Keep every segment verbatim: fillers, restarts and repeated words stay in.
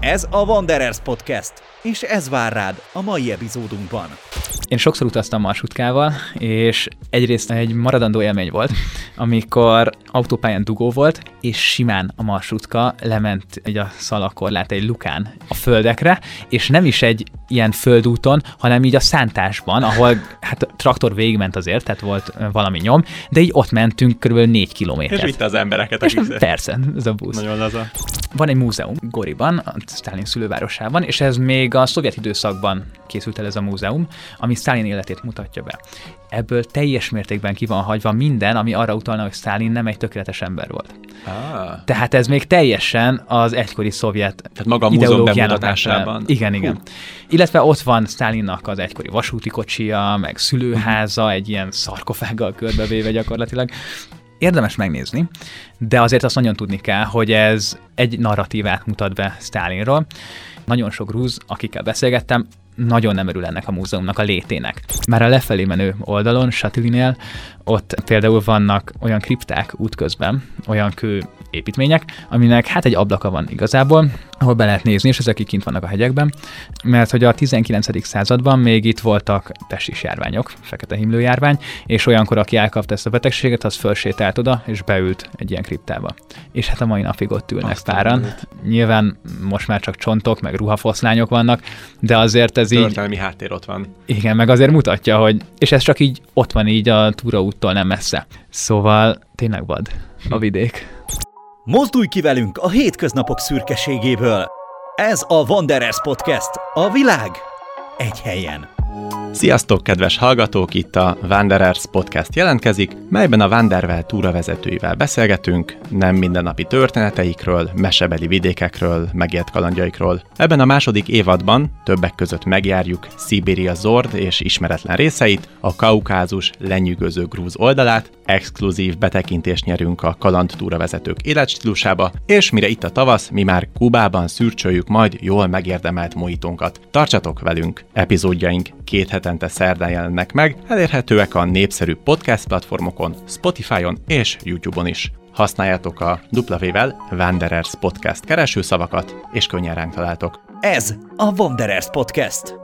Ez a Wanderers Podcast, és ez vár rád a mai epizódunkban. Én sokszor utaztam marsutkával, és egyrészt egy maradandó élmény volt, amikor autópályán dugó volt, és simán a marsutka lement egy a szalagkorlát egy lukán a földekre, és nem is egy ilyen földúton, hanem így a szántásban, ahol hát a traktor végigment azért, tehát volt valami nyom, de így ott mentünk körülbelül négy kilométert. És vitte az embereket a és kizet. Persze, ez a busz. Nagyon laza. Van egy múzeum Goriban, a Sztálin szülővárosában, és ez még a szovjet időszakban készült el ez a múzeum, ami Sztálin életét mutatja be. Ebből teljes mértékben ki van hagyva minden, ami arra utalna, hogy Sztálin nem egy tökéletes ember volt. Ah. Tehát ez még teljesen az egykori szovjet Tehát maga a múzeum bemutatásában. Igen, igen. Hú. Illetve ott van Sztálinnak az egykori vasúti kocsija, meg szülőháza, egy ilyen szarkofággal körbevéve gyakorlatilag. Érdemes megnézni, de azért azt nagyon tudni kell, hogy ez egy narratívát mutat be Sztálinról. Nagyon sok grúz, akikkel beszélgettem, nagyon nem örül ennek a múzeumnak a létének. Már a lefelé menő oldalon, Satilinél, ott például vannak olyan kripták útközben, olyan kő építmények, aminek hát egy ablaka van igazából, ahol be lehet nézni, és ezek kint vannak a hegyekben, mert hogy a tizenkilencedik században még itt voltak pestis járványok, fekete himlőjárvány, és olyankor, aki elkapta ezt a betegséget, az fölsétált oda, és beült egy ilyen kriptába. És hát a mai napig ott ülnek Azt páran. Mondod. Nyilván most már csak csontok, meg ruhafoszlányok vannak, de azért ez így... Történelmi háttér ott van. Igen, meg azért mutatja, hogy... És ez csak így ott van így a túraúttól nem messze. Szóval tényleg vad a vidék. Mozdulj ki velünk a hétköznapok szürkeségéből! Ez a Wanderers Podcast, a világ egy helyen. Sziasztok, kedves hallgatók! Itt a Wanderers Podcast jelentkezik, melyben a Wanderwell túravezetőivel beszélgetünk, nem mindennapi történeteikről, mesebeli vidékekről, megélt kalandjaikról. Ebben a második évadban többek között megjárjuk Szibéria zord és ismeretlen részeit, a Kaukázus lenyűgöző grúz oldalát, exkluzív betekintést nyerünk a kaland túravezetők életstílusába, és mire itt a tavasz, mi már Kubában szürcsöljük majd jól megérdemelt mojitónkat. Tartsatok velünk! Epizódjaink két hetente szerdán jelennek meg, elérhetőek a népszerű podcast platformokon, Spotify-on és YouTube-on is. Használjátok a W-vel Wanderers Podcast keresőszavakat, és könnyen ránk találtok. Ez a Wanderers Podcast.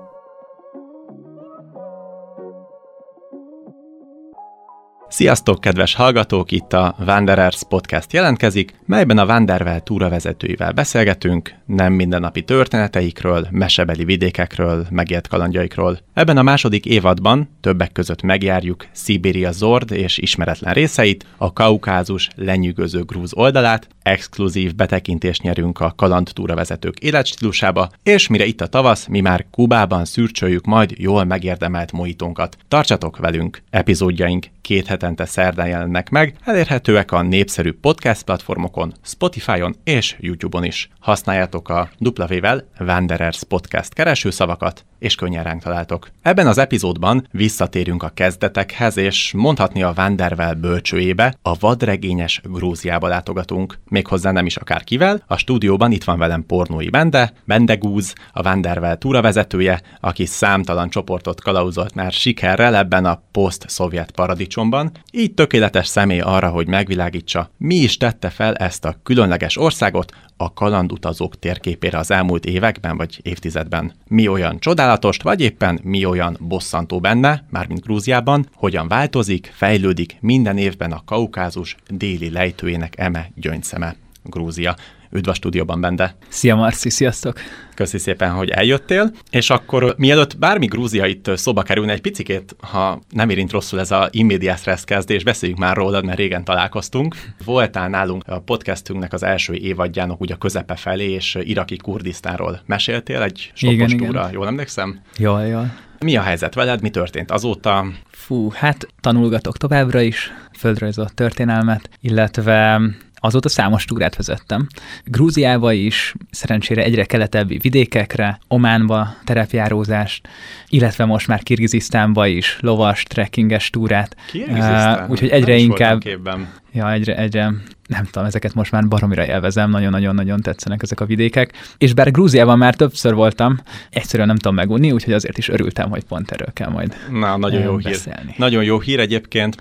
Sziasztok, kedves hallgatók! Itt a Wanderers Podcast jelentkezik, melyben a Wanderwell túravezetőivel beszélgetünk, nem mindennapi történeteikről, mesebeli vidékekről, megélt kalandjaikról. Ebben a második évadban többek között megjárjuk Szibéria zord és ismeretlen részeit, a Kaukázus lenyűgöző grúz oldalát, exkluzív betekintést nyerünk a kaland túravezetők életstílusába, és mire itt a tavasz, mi már Kubában szürcsöljük majd jól megérdemelt mojitónkat. Tartsatok velünk! Epizódjaink két hetente szerdán jelennek meg, elérhetőek a népszerű podcast platformokon, Spotify-on és YouTube-on is. Használjátok a W-vel Wanderers Podcast keresőszavakat, és könnyen ránk találtok. Ebben az epizódban visszatérünk a kezdetekhez, és mondhatni a Wanderwell bölcsőjébe, a vadregényes Grúziába látogatunk. Méghozzá nem is akárkivel, a stúdióban itt van velem Pornói Bende, Bendegúz, a Wanderwell túravezetője, aki számtalan csoportot kalauzolt már sikerrel ebben a poszt-szovjet paradicsomban, így tökéletes személy arra, hogy megvilágítsa, mi is tette fel ezt a különleges országot a kalandutazók térképére az elmúlt években vagy évtizedben. Mi olyan csodálatos, vagy éppen mi olyan bosszantó benne, mármint Grúziában, hogyan változik, fejlődik minden évben a Kaukázus déli lejtőjének eme gyöngyszeme, Grúzia. Üdv a stúdióban, Bende! Szia Marci, sziasztok! Köszi szépen, hogy eljöttél, és akkor mielőtt bármi Grúzia itt szóba kerülne egy picikét, ha nem érint rosszul ez a in medias res kezdés, beszéljünk már rólad, mert régen találkoztunk. Voltál nálunk a podcastünknek az első évadjának úgy a közepe felé, és iraki Kurdisztánról meséltél egy sokkos túra, jól emlékszem? Jól, jól. Mi a helyzet veled, mi történt azóta? Fú, hát tanulgatok továbbra is, földrajzolt történelmet, illetve azóta számos túrát vezettem. Grúziába is, szerencsére egyre keletebbi vidékekre, Ománba terepjárózást, illetve most már Kirgizisztánba is lovas, trekkinges túrát. Kirgizisztán? Uh, úgyhogy egyre inkább... Ja, egyre, egyre, nem tudom, ezeket most már baromira élvezem, nagyon-nagyon-nagyon tetszenek ezek a vidékek. És bár Grúziában már többször voltam, egyszerűen nem tudom megunni, úgyhogy azért is örültem, hogy pont erről kell majd Na, nagyon jó beszélni. hír. Nagyon jó hír egyébként, mert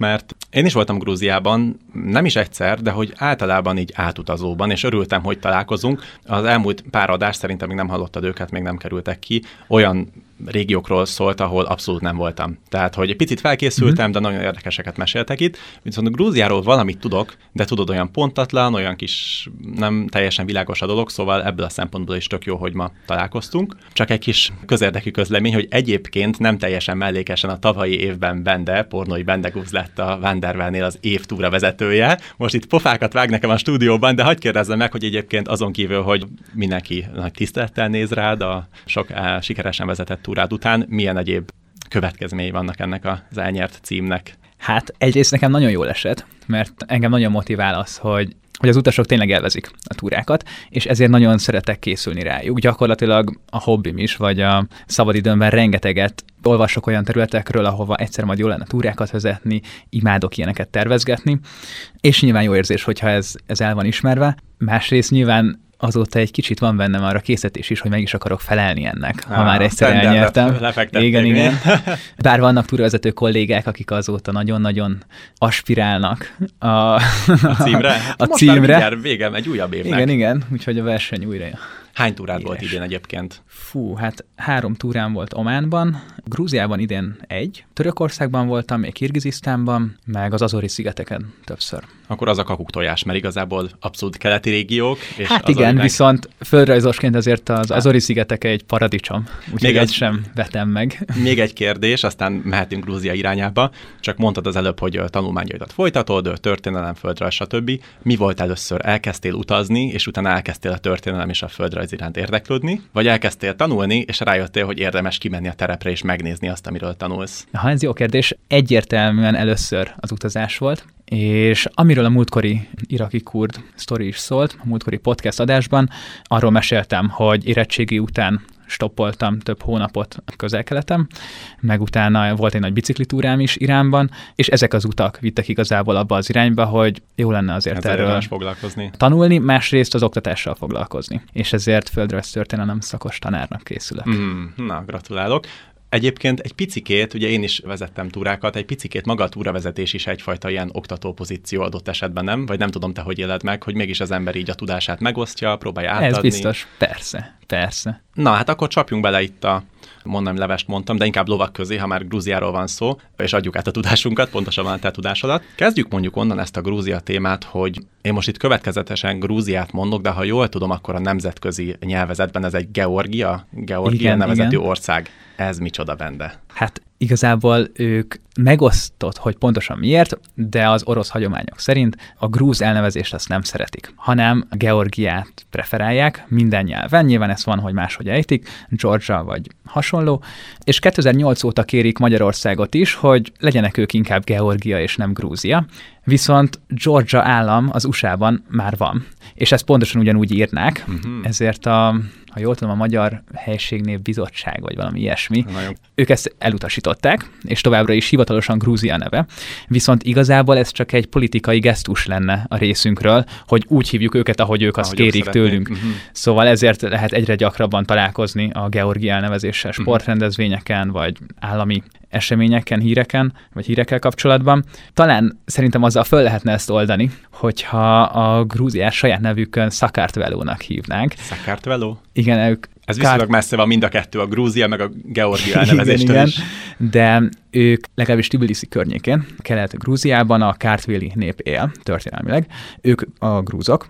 Én is voltam Grúziában, nem is egyszer, de hogy általában így átutazóban, és örültem, hogy találkozunk. Az elmúlt pár adás szerintem még nem hallottad őket, még nem kerültek ki. Olyan régiókról szólt, ahol abszolút nem voltam. Tehát, hogy egy picit felkészültem, mm-hmm. de nagyon érdekeseket meséltek itt. Viszont Grúziáról valamit tudok, de tudod, olyan pontatlan, olyan kis nem teljesen világos a dolog, szóval ebből a szempontból is tök jó, hogy ma találkoztunk. Csak egy kis közérdekű közlemény, hogy egyébként nem teljesen mellékesen a tavalyi évben Bende, Pornói Bendegúz lett a Vandervelnél az év túravezetője. Most itt pofákat vág nekem a stúdióban, de hadd kérdezzem meg, hogy egyébként azon kívül, hogy mindenki nagy tisztelettel néz rád a sok á, sikeresen vezetett túrád után, milyen egyéb következményei vannak ennek az elnyert címnek? Hát egyrészt nekem nagyon jól esett, mert engem nagyon motivál az, hogy hogy az utasok tényleg élvezik a túrákat, és ezért nagyon szeretek készülni rájuk. Gyakorlatilag a hobbim is, vagy a szabadidőmben rengeteget olvasok olyan területekről, ahova egyszer majd jó lenne túrákat vezetni, imádok ilyeneket tervezgetni, és nyilván jó érzés, hogyha ez, ez el van ismerve. Másrészt nyilván azóta egy kicsit van bennem arra készítés is, hogy meg is akarok felelni ennek, ha ah, már egyszer elnyertem. Igen, igen. Bár vannak túravezető kollégák, akik azóta nagyon-nagyon aspirálnak a, a címre. A most címre. Már végem egy újabb évnek. Igen, igen, úgyhogy a verseny újra. Hány túrád volt idén egyébként? Fú, hát három túrám volt Ománban, Grúziában idén egy, Törökországban voltam, még Kirgizisztánban, meg az Azori-szigeteken többször. Akkor az a kakuktojás, mert igazából abszolút keleti régiók. És hát igen, Azori viszont földrajzosként azért az Azori-szigetek egy paradicsom, úgyhogy ezt sem vetem meg. Még egy kérdés, aztán mehetünk Grúzia irányába. Csak mondtad az előbb, hogy tanulmányaidat folytatod, történelem, földrajz, stb. Mi volt először? Elkezdtél utazni, és utána elkezdtél a történelem és a földrajz iránt érdeklődni, vagy elkezdtél tanulni, és rájöttél, hogy érdemes kimenni a terepre és megnézni azt, amiről tanulsz? Ha ez jó kérdés, egyértelműen először az utazás volt, és amiről a múltkori iraki kurd sztori is szólt, a múltkori podcast adásban, arról meséltem, hogy érettségi után stoppoltam több hónapot Közel-Keleten, meg utána volt egy nagy biciklitúrám is Iránban, és ezek az utak vittek igazából abba az irányba, hogy jó lenne azért ezzel erről foglalkozni. tanulni, másrészt az oktatással foglalkozni. És ezért földrajztörténelem szakos tanárnak készülök. Mm, na, gratulálok. Egyébként egy picikét, ugye én is vezettem túrákat, egy picikét maga a túravezetés is egyfajta ilyen oktató pozíció adott esetben, nem? Vagy nem tudom te, hogy éled meg, hogy mégis az ember így a tudását megosztja, próbálja átadni. Ez biztos, persze, persze. Na, hát akkor csapjunk bele itt a, mondom, levest mondtam, de inkább lovak közé, ha már Grúziáról van szó, és adjuk át a tudásunkat, pontosabban a te tudásodat. Kezdjük mondjuk onnan ezt a Grúzia témát, hogy én most itt következetesen Grúziát mondok, de ha jól tudom, akkor a nemzetközi nyelvezetben ez egy Georgia, Georgia igen, nevezetű igen. ország. Ez micsoda, Bende? Hát igazából ők megosztott, hogy pontosan miért, de az orosz hagyományok szerint a grúz elnevezést azt nem szeretik, hanem Georgiát preferálják minden nyelven, nyilván ez van, hogy máshogy ejtik, Georgia vagy hasonló, és kétezer-nyolc óta kérik Magyarországot is, hogy legyenek ők inkább Georgia és nem Grúzia, viszont Georgia állam az u es á-ban már van, és ezt pontosan ugyanúgy írnák, uh-huh. ezért a ha jól tudom, a Magyar Helységnév Bizottság, vagy valami ilyesmi, Nagyon. Ők ezt elutasították, és továbbra is hivatalosan Grúzia neve, viszont igazából ez csak egy politikai gesztus lenne a részünkről, hogy úgy hívjuk őket, ahogy ők azt ahogy kérik tőlünk. Uh-huh. Szóval ezért lehet egyre gyakrabban találkozni a Georgia elnevezéssel sportrendezvényeken, vagy állami eseményeken, híreken, vagy hírekkel kapcsolatban. Talán szerintem azzal föl lehetne ezt oldani, hogyha a Grúziás saját nevükön Sakartvelónak hívnánk. Sakartveló? Igen, ők Ez viszonylag Kár... messze van mind a kettő, a Grúzia meg a Georgia elnevezéstől igen, is. Igen, de ők legalábbis Tbilisi környékén, Kelet-Grúziában a kártveli nép él, történelmileg. Ők a grúzok,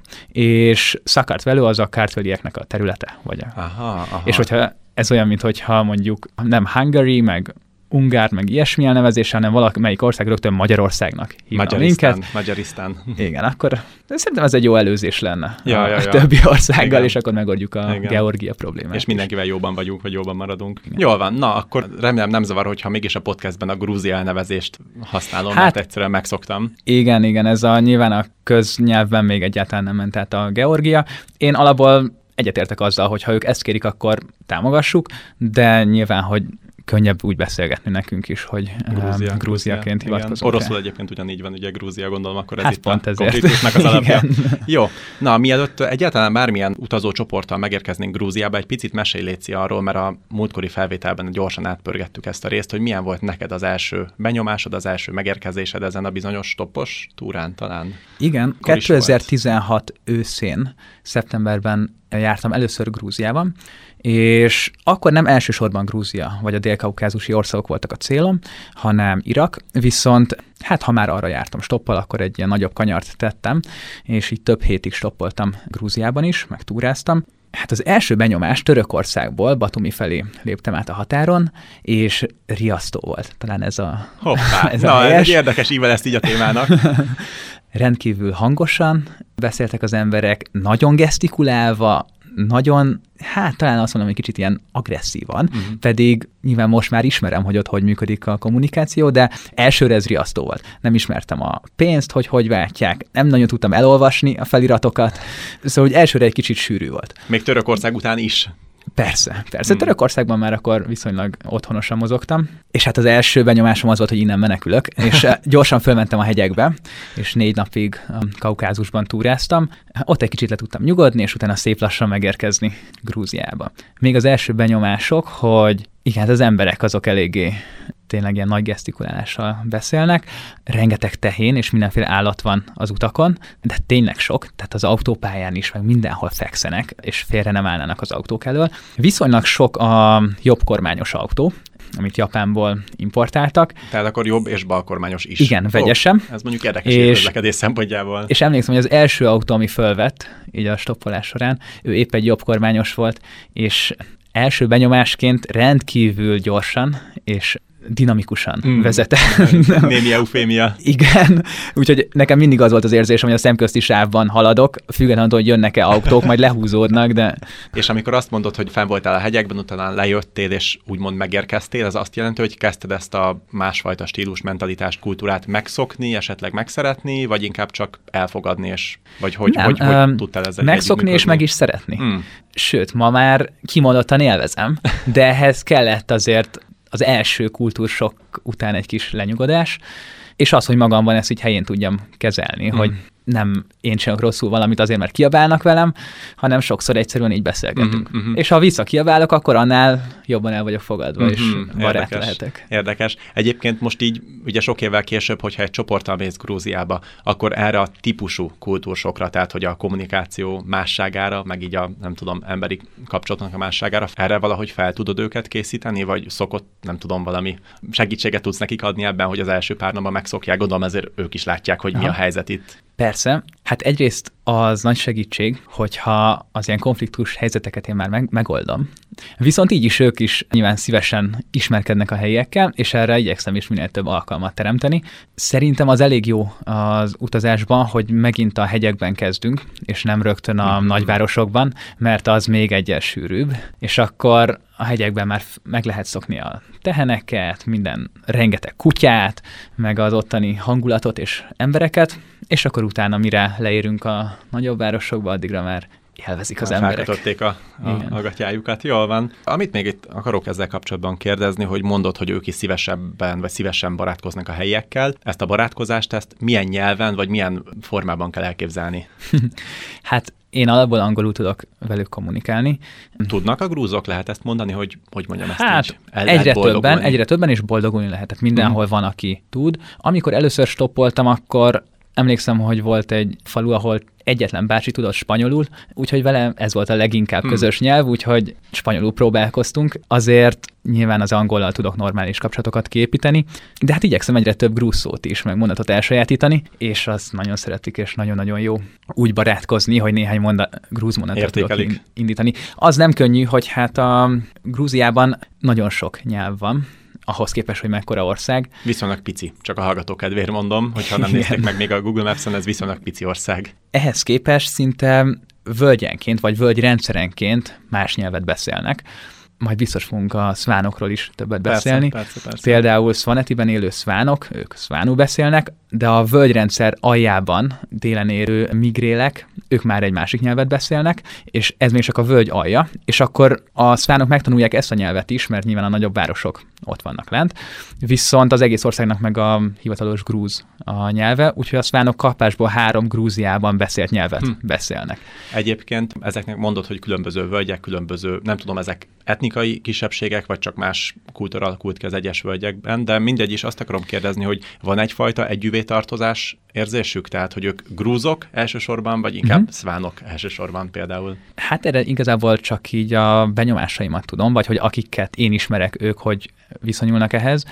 és Sakartveló az a kártvelieknek a területe. Vagy a... Aha, aha. És hogyha ez olyan, mintha mondjuk nem Hungary, meg Ungár, meg ilyesmi elnevezés, hanem valamelyik ország rögtön Magyarországnak hívna minket. Magyarisztán. Igen, akkor szerintem ez egy jó előzés lenne ja, a, ja, ja. a többi országgal, igen. és akkor megoldjuk a igen. Georgia problémát. És mindenkivel jóban vagyunk, vagy jóban maradunk. Igen. Jól van, na akkor remélem nem zavar, hogyha mégis a podcastben a Grúzia elnevezést használom, hát, mert egyszerűen megszoktam. Igen, igen, ez a nyilván a köznyelvben még egyáltalán nem ment át a Georgia. Én alapból egyetértek azzal, hogy ha ők ezt kérik, akkor támogassuk, de nyilván, hogy könnyebb úgy beszélgetni nekünk is, hogy Grúzia, Grúziaként hivatkozunk. Oroszul egyébként ugyanígy van, ugye Grúzia, gondolom, akkor ez hát itt pont a ezért. konfliktusnak az alapja. Jó, na mielőtt egyáltalán bármilyen utazócsoporttal megérkeznénk Grúziába, egy picit mesélj léci arról, mert a múltkori felvételben gyorsan átpörgettük ezt a részt, hogy milyen volt neked az első benyomásod, az első megérkezésed ezen a bizonyos stoppos túrán talán. Igen, kétezer-tizenhat őszén, szeptemberben jártam először Grúziában, és akkor nem elsősorban Grúzia vagy a dél-kaukázusi országok voltak a célom, hanem Irak, viszont hát ha már arra jártam stoppal, akkor egy ilyen nagyobb kanyart tettem, és így több hétig stoppoltam Grúziában is, meg túráztam. Hát az első benyomás Törökországból Batumi felé léptem át a határon, és riasztó volt. Talán ez a Hoppá, ez na, a ez egy érdekes íve lesz így a témának. Rendkívül hangosan beszéltek az emberek, nagyon gesztikulálva, nagyon, hát talán azt mondom, hogy kicsit ilyen agresszívan, uh-huh. pedig nyilván most már ismerem, hogy ott hogy működik a kommunikáció, de elsőre ez riasztó volt. Nem ismertem a pénzt, hogy hogy váltják, nem nagyon tudtam elolvasni a feliratokat, szóval hogy elsőre egy kicsit sűrű volt. Még Törökország után is. Persze, persze. Hmm. Törökországban már akkor viszonylag otthonosan mozogtam, és hát az első benyomásom az volt, hogy innen menekülök, és gyorsan fölmentem a hegyekbe, és négy napig a Kaukázusban túráztam. Ott egy kicsit le tudtam nyugodni, és utána szép lassan megérkezni Grúziába. Még az első benyomások, hogy igen, az emberek azok eléggé tényleg ilyen nagy gesztikulálással beszélnek, rengeteg tehén és mindenféle állat van az utakon, de tényleg sok, tehát az autópályán is, meg mindenhol fekszenek, és félre nem állnának az autók elől. Viszonylag sok a jobbkormányos autó, amit Japánból importáltak. Tehát akkor jobb és balkormányos is. Igen, vegyesen. Oh, ez mondjuk érdekes és, közlekedés szempontjából. És emlékszem, hogy az első autó, ami fölvett, így a stoppolás során, ő épp egy jobbkormányos volt, és első benyomásként rendkívül gyorsan és dinamikusan mm. vezetett. Némi eufémia. Igen, úgyhogy nekem mindig az volt az érzésem, hogy a szemközti sávban haladok, függetlenül, hogy jönnek-e autók, majd lehúzódnak, de... És amikor azt mondod, hogy fenn voltál a hegyekben, utána lejöttél, és úgymond megérkeztél, ez azt jelenti, hogy kezdted ezt a másfajta stílus, mentalitást, kultúrát megszokni, esetleg megszeretni, vagy inkább csak elfogadni, és vagy hogy, Nem, hogy, hogy, hogy tudtál ezzel megszokni és meg is szeretni. Mm. Sőt, ma már kimondottan élvezem, de ehhez kellett azért az első kultúrsok után egy kis lenyugodás, és az, hogy magamban ezt így helyén tudjam kezelni, mm. hogy nem én csinálok rosszul valamit azért, mert kiabálnak velem, hanem sokszor egyszerűen így beszélgetünk. Mm-hmm. És ha visszakiabálok, akkor annál jobban el vagyok fogadva, mm-hmm. és barát Érdekes. lehetek. Érdekes. Egyébként most így, ugye sok évvel később, hogyha egy csoporttal mész Grúziába, akkor erre a típusú kultúrsokra, tehát hogy a kommunikáció másságára, meg így a, nem tudom, emberi kapcsolatnak a másságára, erre valahogy fel tudod őket készíteni, vagy szokott, nem tudom, valami segítséget tudsz nekik adni ebben, hogy az első pár napban megszokják, gondolom ezért ők is látják, hogy Aha. mi a helyzet itt. Persze. Hát egyrészt az nagy segítség, hogyha az ilyen konfliktus helyzeteket én már meg, megoldom. Viszont így is ők is nyilván szívesen ismerkednek a helyiekkel, és erre igyekszem is minél több alkalmat teremteni. Szerintem az elég jó az utazásban, hogy megint a hegyekben kezdünk, és nem rögtön a mm-hmm. nagyvárosokban, mert az még egyel sűrűbb, és akkor a hegyekben már meg lehet szokni a teheneket, minden, rengeteg kutyát, meg az ottani hangulatot és embereket, és akkor utána, mire leérünk a nagyobb városokba, addigra már élvezik az emberek. Felkötötték a, a, a gatyájukat. Jól van. Amit még itt akarok ezzel kapcsolatban kérdezni, hogy mondod, hogy ők is szívesebben, vagy szívesen barátkoznak a helyiekkel. Ezt a barátkozást, ezt milyen nyelven, vagy milyen formában kell elképzelni? Hát én alapból angolul tudok velük kommunikálni. Tudnak a grúzok, lehet ezt mondani, hogy hogy mondjam ezt hát, így? El egyre többen, egyre többen, és boldogulni lehet. Tehát mindenhol hmm. van, aki tud. Amikor először stoppoltam, akkor emlékszem, hogy volt egy falu, ahol egyetlen bácsi tudott spanyolul, úgyhogy vele ez volt a leginkább hmm. közös nyelv, úgyhogy spanyolul próbálkoztunk. Azért nyilván az angollal tudok normális kapcsolatokat kiépíteni, de hát igyekszem egyre több grúz szót is, meg mondatot elsajátítani, és azt nagyon szeretik, és nagyon-nagyon jó úgy barátkozni, hogy néhány mondat, grúz mondatot tudok indítani. Az nem könnyű, hogy hát a Grúziában nagyon sok nyelv van, ahhoz képest, hogy mekkora ország. Viszonylag pici, csak a hallgató kedvéért mondom, hogyha nem nézték meg még a Google Maps-en, ez viszonylag pici ország. Ehhez képest szinte völgyenként, vagy völgyrendszerenként más nyelvet beszélnek. majd biztos fogunk a szvánokról is többet persze, beszélni. Persze, persze. Például Svanetiben élő szvánok, ők szvánul beszélnek, de a völgyrendszer aljában délen érő migrélek, ők már egy másik nyelvet beszélnek, és ez még csak a völgy alja, és akkor a szvánok megtanulják ezt a nyelvet is, mert nyilván a nagyobb városok ott vannak lent, viszont az egész országnak meg a hivatalos grúz a nyelve, úgyhogy a szvánok kapásból három Grúziában beszélt nyelvet hm. beszélnek. Egyébként ezeknek mondod, hogy különböző völgyek, különböző, nem tudom, ezek etnikai kisebbségek, vagy csak más kultúra alakult ki az egyes völgyekben, de mindegy is azt akarom kérdezni, hogy van egyfajta együvé tartozás érzésük, tehát hogy ők grúzok elsősorban, vagy inkább mm-hmm. szvánok elsősorban például? Hát erre igazából csak így a benyomásaimat tudom, vagy hogy akiket én ismerek, ők hogy viszonyulnak ehhez,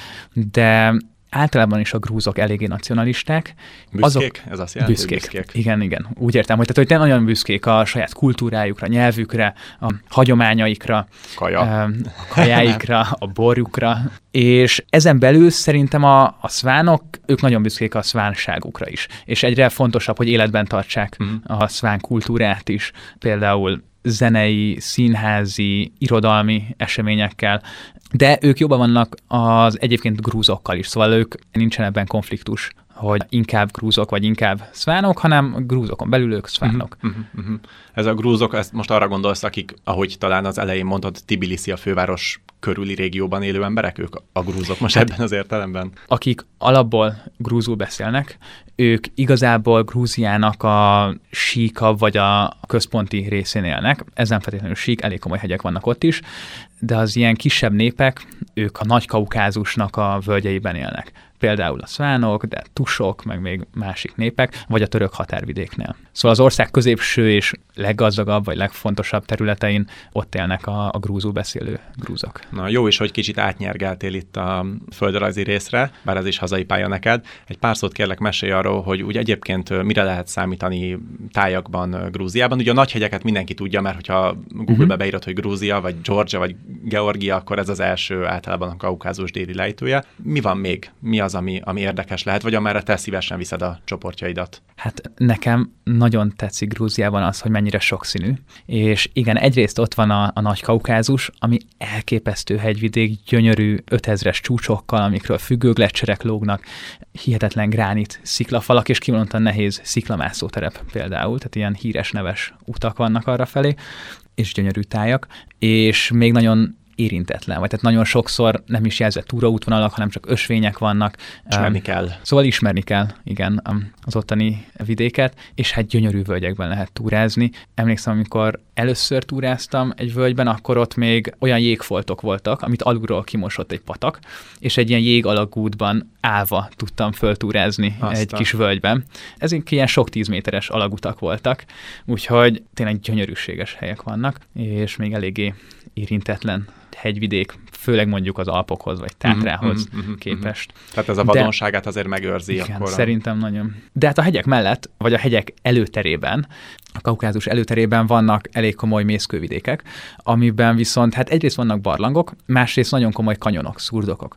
de általában is a grúzok eléggé nacionalisták. Büszkék? Azok, Ez azt jelenti, büszkék. büszkék. Igen, igen. Úgy értem, hogy, tehát, hogy nagyon büszkék a saját kultúrájukra, nyelvükre, a hagyományaikra, Kaja. a kajáikra, a borjukra, és ezen belül szerintem a, a szvánok, ők nagyon büszkék a szvánságukra is. És egyre fontosabb, hogy életben tartsák mm. a szván kultúrát is, például zenei, színházi, irodalmi eseményekkel, de ők jobban vannak az egyébként grúzokkal is, szóval ők nincsen ebben konfliktus, hogy inkább grúzok vagy inkább szvánok, hanem grúzokon belül ők szvánok. Uh-huh, uh-huh. Ez a grúzok, ezt most arra gondolsz, akik, ahogy talán az elején mondtad, Tbilisi a főváros körüli régióban élő emberek, ők a grúzok most hát, ebben az értelemben? Akik alapból grúzul beszélnek, ők igazából Grúziának a síkabb vagy a központi részén élnek. Ez nem feltétlenül sík, elég komoly hegyek vannak ott is, de az ilyen kisebb népek, ők a Nagy-Kaukázusnak a völgyeiben élnek. Például a szvánok, de tusok, meg még másik népek, vagy a török határvidéknél. Szóval az ország középső és leggazdagabb, vagy legfontosabb területein ott élnek a, a grúzul beszélő grúzok. Na jó is, hogy kicsit átnyergeltél itt a földrajzi részre, bár ez is hazai pálya neked. Egy pár szót kérlek mesélj arról, hogy úgy egyébként mire lehet számítani tájakban Grúziában. Ugye a nagy hegyeket mindenki tudja, mert hogyha Google-be uh-huh. beírod, hogy Grúzia, vagy Georgia, vagy Georgia, akkor ez az első általában a Kaukázus déli lejtője. Mi van még? Mi az, ami, ami érdekes lehet, vagy amerre te szívesen viszed a csoportjaidat? Hát nekem nagyon tetszik Grúziában az, hogy mennyire sokszínű, és igen, egyrészt ott van a, a Nagy-Kaukázus, ami elképesztő hegyvidék, gyönyörű ötezres csúcsokkal, amikről függőgleccserek lógnak, hihetetlen gránit sziklafalak, és kimondottan nehéz sziklamászóterep például, tehát ilyen híres neves utak vannak arra felé, és gyönyörű tájak, és még nagyon érintetlen, vagy tehát nagyon sokszor nem is jelzett túraútvonalak, hanem csak ösvények vannak. Ismerni kell. Szóval ismerni kell, igen, az ottani vidéket, és hát gyönyörű völgyekben lehet túrázni. Emlékszem, amikor először túráztam egy völgyben, akkor ott még olyan jégfoltok voltak, amit alulról kimosott egy patak, és egy ilyen jég alagútban állva tudtam föltúrázni Aztán. egy kis völgyben. Ezek ilyen sok tízméteres alagutak voltak, úgyhogy tényleg gyönyörűséges helyek vannak, és még eléggé érintetlen hegyvidék, főleg mondjuk az Alpokhoz, vagy Tátrához mm-hmm, képest. Mm-hmm. Tehát ez a vadonságát azért megőrzi. Igen, akkor szerintem nagyon. De hát a hegyek mellett, vagy a hegyek előterében, a Kaukázus előterében vannak elég komoly mészkővidékek, amiben viszont hát egyrészt vannak barlangok, másrészt nagyon komoly kanyonok, szurdokok.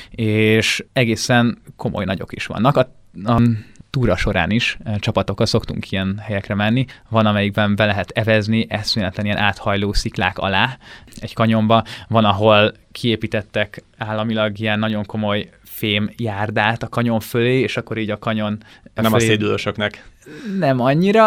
És egészen komoly nagyok is vannak. A, a túra során is csapatokkal szoktunk ilyen helyekre menni. Van, amelyikben be lehet evezni, eszméletlen ilyen áthajló sziklák alá egy kanyonba. Van, ahol kiépítettek államilag ilyen nagyon komoly fém járdát a kanyon fölé, és akkor így a kanyon... Nem fölé... a szédülősöknek. Nem annyira.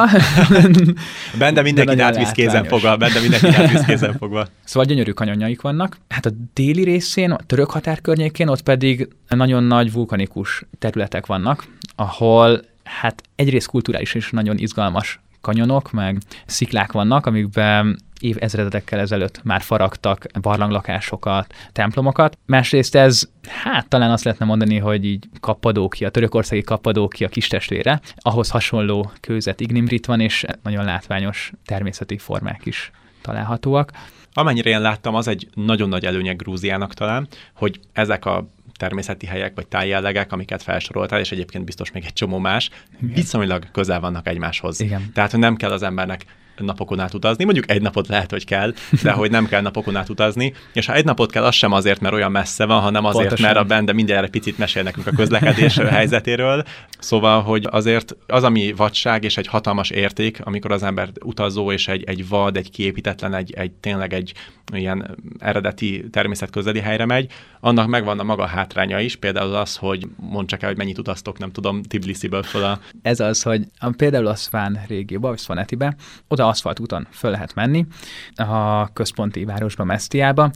Benne mindenkit átvisz kézen fogva. Benne mindenkit átvisz kézen fogva. Szóval gyönyörű kanyonjaik vannak. Hát a déli részén, a török határ környékén, ott pedig nagyon nagy vulkanikus területek vannak, ahol hát egyrészt kulturális és nagyon izgalmas kanyonok, meg sziklák vannak, amikben évezredekkel ezelőtt már faragtak barlanglakásokat, templomokat. Másrészt ez, hát talán azt lehetne mondani, hogy így Kappadókia, törökországi Kappadókia kistestvére, ahhoz hasonló kőzet ignimrit van, és nagyon látványos természeti formák is találhatóak. Amennyire én láttam, az egy nagyon nagy előnye Grúziának talán, hogy ezek a természeti helyek, vagy tájjellegek, amiket felsoroltál, és egyébként biztos még egy csomó más, Igen. viszonylag közel vannak egymáshoz. Igen. Tehát, hogy nem kell az embernek napokon át utazni. Mondjuk egy napot lehet, hogy kell, de hogy nem kell napokon át utazni. És ha egy napot kell, az sem azért, mert olyan messze van, hanem azért, Pontosan. mert a bende mindjárt egy picit mesél nekünk a közlekedés helyzetéről. Szóval, hogy azért az, ami vadság és egy hatalmas érték, amikor az ember utazó és egy, egy vad, egy kiépítetlen, egy, egy tényleg egy ilyen eredeti természetközeli helyre megy, annak megvan a maga hátránya is, például az, hogy mondd csak el, hogy mennyit utaztok, nem tudom, Tbilisiből föl a... Ez az, hogy például a Szván régióba, vagy Szvanetibe, oda aszfaltúton föl lehet menni, a központi városba, Mesztiába,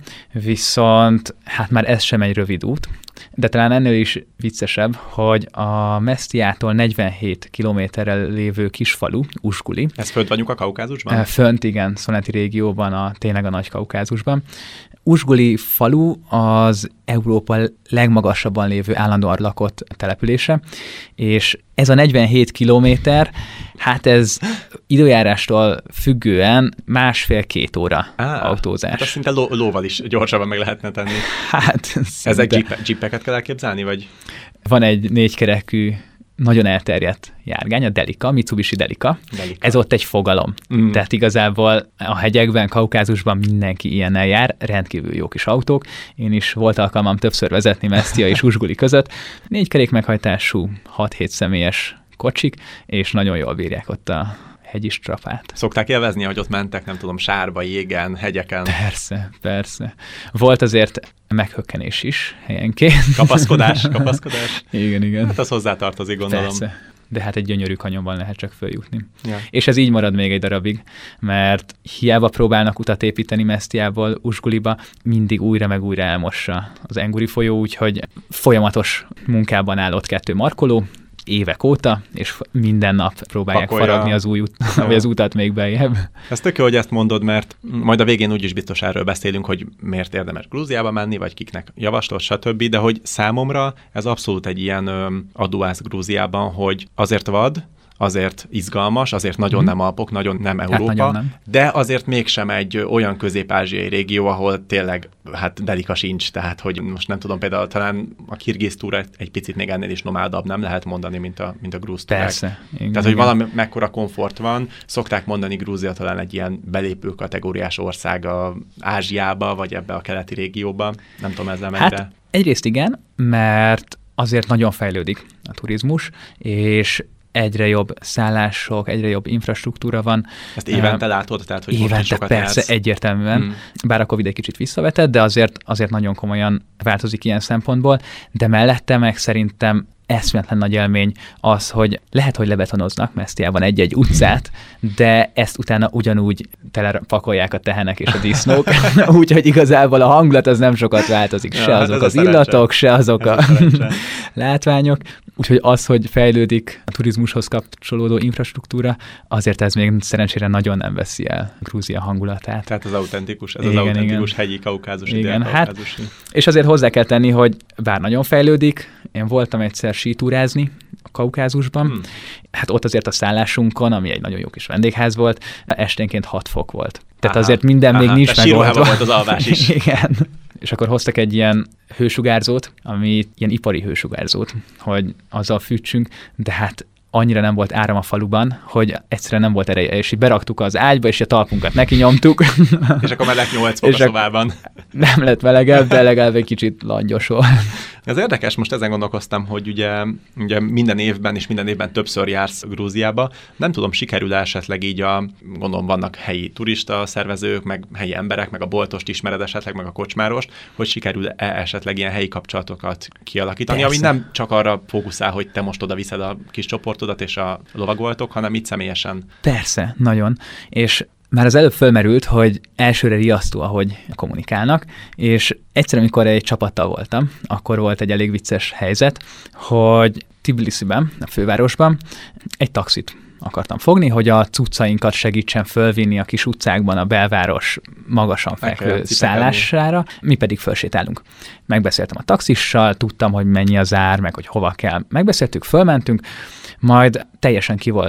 viszont hát már ez sem egy rövid út, de talán ennél is viccesebb, hogy a Mesztiától negyvenhét kilométerrel lévő kisfalu, Uzsguli. Ez fönt vagyunk a Kaukázusban? Fönt, igen, Szvaneti régióban, a, tényleg a Nagy Kaukázusban. Uzsguli falu az Európa legmagasabban lévő állandóan lakott települése, és ez a negyvenhét kilométer, hát ez időjárástól függően másfél-két óra Á, autózás. Hát azt szinte ló, lóval is gyorsabban meg lehetne tenni. Hát ezek jeep, jeepeket kell elképzelni, vagy? Van egy négykerekű, nagyon elterjedt járgány, a Delica, Mitsubishi Delica. Delica. Ez ott egy fogalom. Mm. Tehát igazából a hegyekben, Kaukázusban mindenki ilyennel jár, rendkívül jó kis autók. Én is volt alkalmam többször vezetni Mesztia és Uzsguli között. Négy kerék meghajtású, hat-hét személyes kocsik, és nagyon jól bírják ott a hegyi strapát. Szokták élvezni, hogy ott mentek, nem tudom, sárba, jégen, hegyeken? Persze, persze. Volt azért meghökkenés is helyenként. Kapaszkodás, kapaszkodás. Igen, igen. Hát az hozzátartozik, gondolom. Persze. De hát egy gyönyörű kanyonban lehet csak följutni. Ja. És ez így marad még egy darabig, mert hiába próbálnak utat építeni Mesztiából Uzsguliba, mindig újra meg újra elmossa az Enguri folyó, úgyhogy folyamatos munkában áll ott kettő markoló, évek óta, és minden nap próbálják Pakolja. faragni az új ut- vagy az utat még beljebb. Ez tök jó, hogy ezt mondod, mert majd a végén úgyis biztos erről beszélünk, hogy miért érdemes Grúziába menni, vagy kiknek javaslott, stb., de hogy számomra ez abszolút egy ilyen ö, aduász Grúziában, hogy azért vad, azért izgalmas, azért nagyon mm-hmm. nem Alpok, nagyon nem Európa, hát nagyon nem. De azért mégsem egy olyan közép-ázsiai régió, ahol tényleg hát Delica sincs, tehát hogy most nem tudom, például talán a kirgiz túra egy picit még ennél is nomádabb, nem lehet mondani, mint a, mint a grúz túrák. Persze. Igen, tehát, hogy valami mekkora komfort van, szokták mondani, Grúzia talán egy ilyen belépő kategóriás ország a Ázsiába, vagy ebbe a keleti régióba. Nem tudom ezzel mennyire. Hát egyrészt igen, mert azért nagyon fejlődik a turizmus, és egyre jobb szállások, egyre jobb infrastruktúra van. Ezt évente uh, látod? Tehát, hogy évente sokat persze, jársz. Egyértelműen. Hmm. Bár a Covid egy kicsit visszavetett, de azért, azért nagyon komolyan változik ilyen szempontból, de mellette meg szerintem eszméletlen nagy élmény az, hogy lehet, hogy lebetonoznak Mesztiában egy-egy utcát, de ezt utána ugyanúgy telepakolják a tehenek és a disznók, úgyhogy igazából a hangulat az nem sokat változik, se ja, azok az illatok, se azok ez a, a látványok. Úgyhogy az, hogy fejlődik a turizmushoz kapcsolódó infrastruktúra, azért ez még szerencsére nagyon nem veszi el Grúzia hangulatát. Tehát az autentikus, ez igen, az autentikus igen. hegyi kaukázusi, igen, hát, és azért hozzá kell tenni, hogy bár nagyon fejlődik, én voltam egyszer sítúrázni a Kaukázusban, hmm. hát ott azért a szállásunkon, ami egy nagyon jó kis vendégház volt, esténként hat fok volt. Tehát aha, azért minden aha, még nincs megoldva. Volt az alvás is. Igen. És akkor hoztak egy ilyen hősugárzót, ami ilyen ipari hősugárzót, hogy azzal fűtsünk, de hát annyira nem volt áram a faluban, hogy egyszerűen nem volt ereje, és így beraktuk az ágyba, és a talpunkat neki nyomtuk. És akkor meleg nyolc fok a szobában. Nem lett melegebb, de legalább egy kicsit langyos volt. Ez érdekes, most ezen gondolkoztam, hogy ugye, ugye minden évben és minden évben többször jársz Grúziába. Nem tudom, sikerül esetleg így a, gondolom vannak helyi turista szervezők, meg helyi emberek, meg a boltost ismered esetleg, meg a kocsmárost, hogy sikerül-e esetleg ilyen helyi kapcsolatokat kialakítani, persze. Ami nem csak arra fókuszál, hogy te most oda viszed a kis csoportodat és a lovagoltok, hanem itt személyesen. Persze, nagyon. És már az előbb fölmerült, hogy elsőre riasztó, ahogy kommunikálnak, és egyszer, amikor egy csapattal voltam, akkor volt egy elég vicces helyzet, hogy Tbilisiben, a fővárosban egy taxit akartam fogni, hogy a cuccainkat segítsen fölvinni a kis utcákban a belváros magasan fekvő szállására, mi pedig fölsétálunk. Megbeszéltem a taxissal, tudtam, hogy mennyi az ár, meg hogy hova kell. Megbeszéltük, fölmentünk, majd teljesen ki volt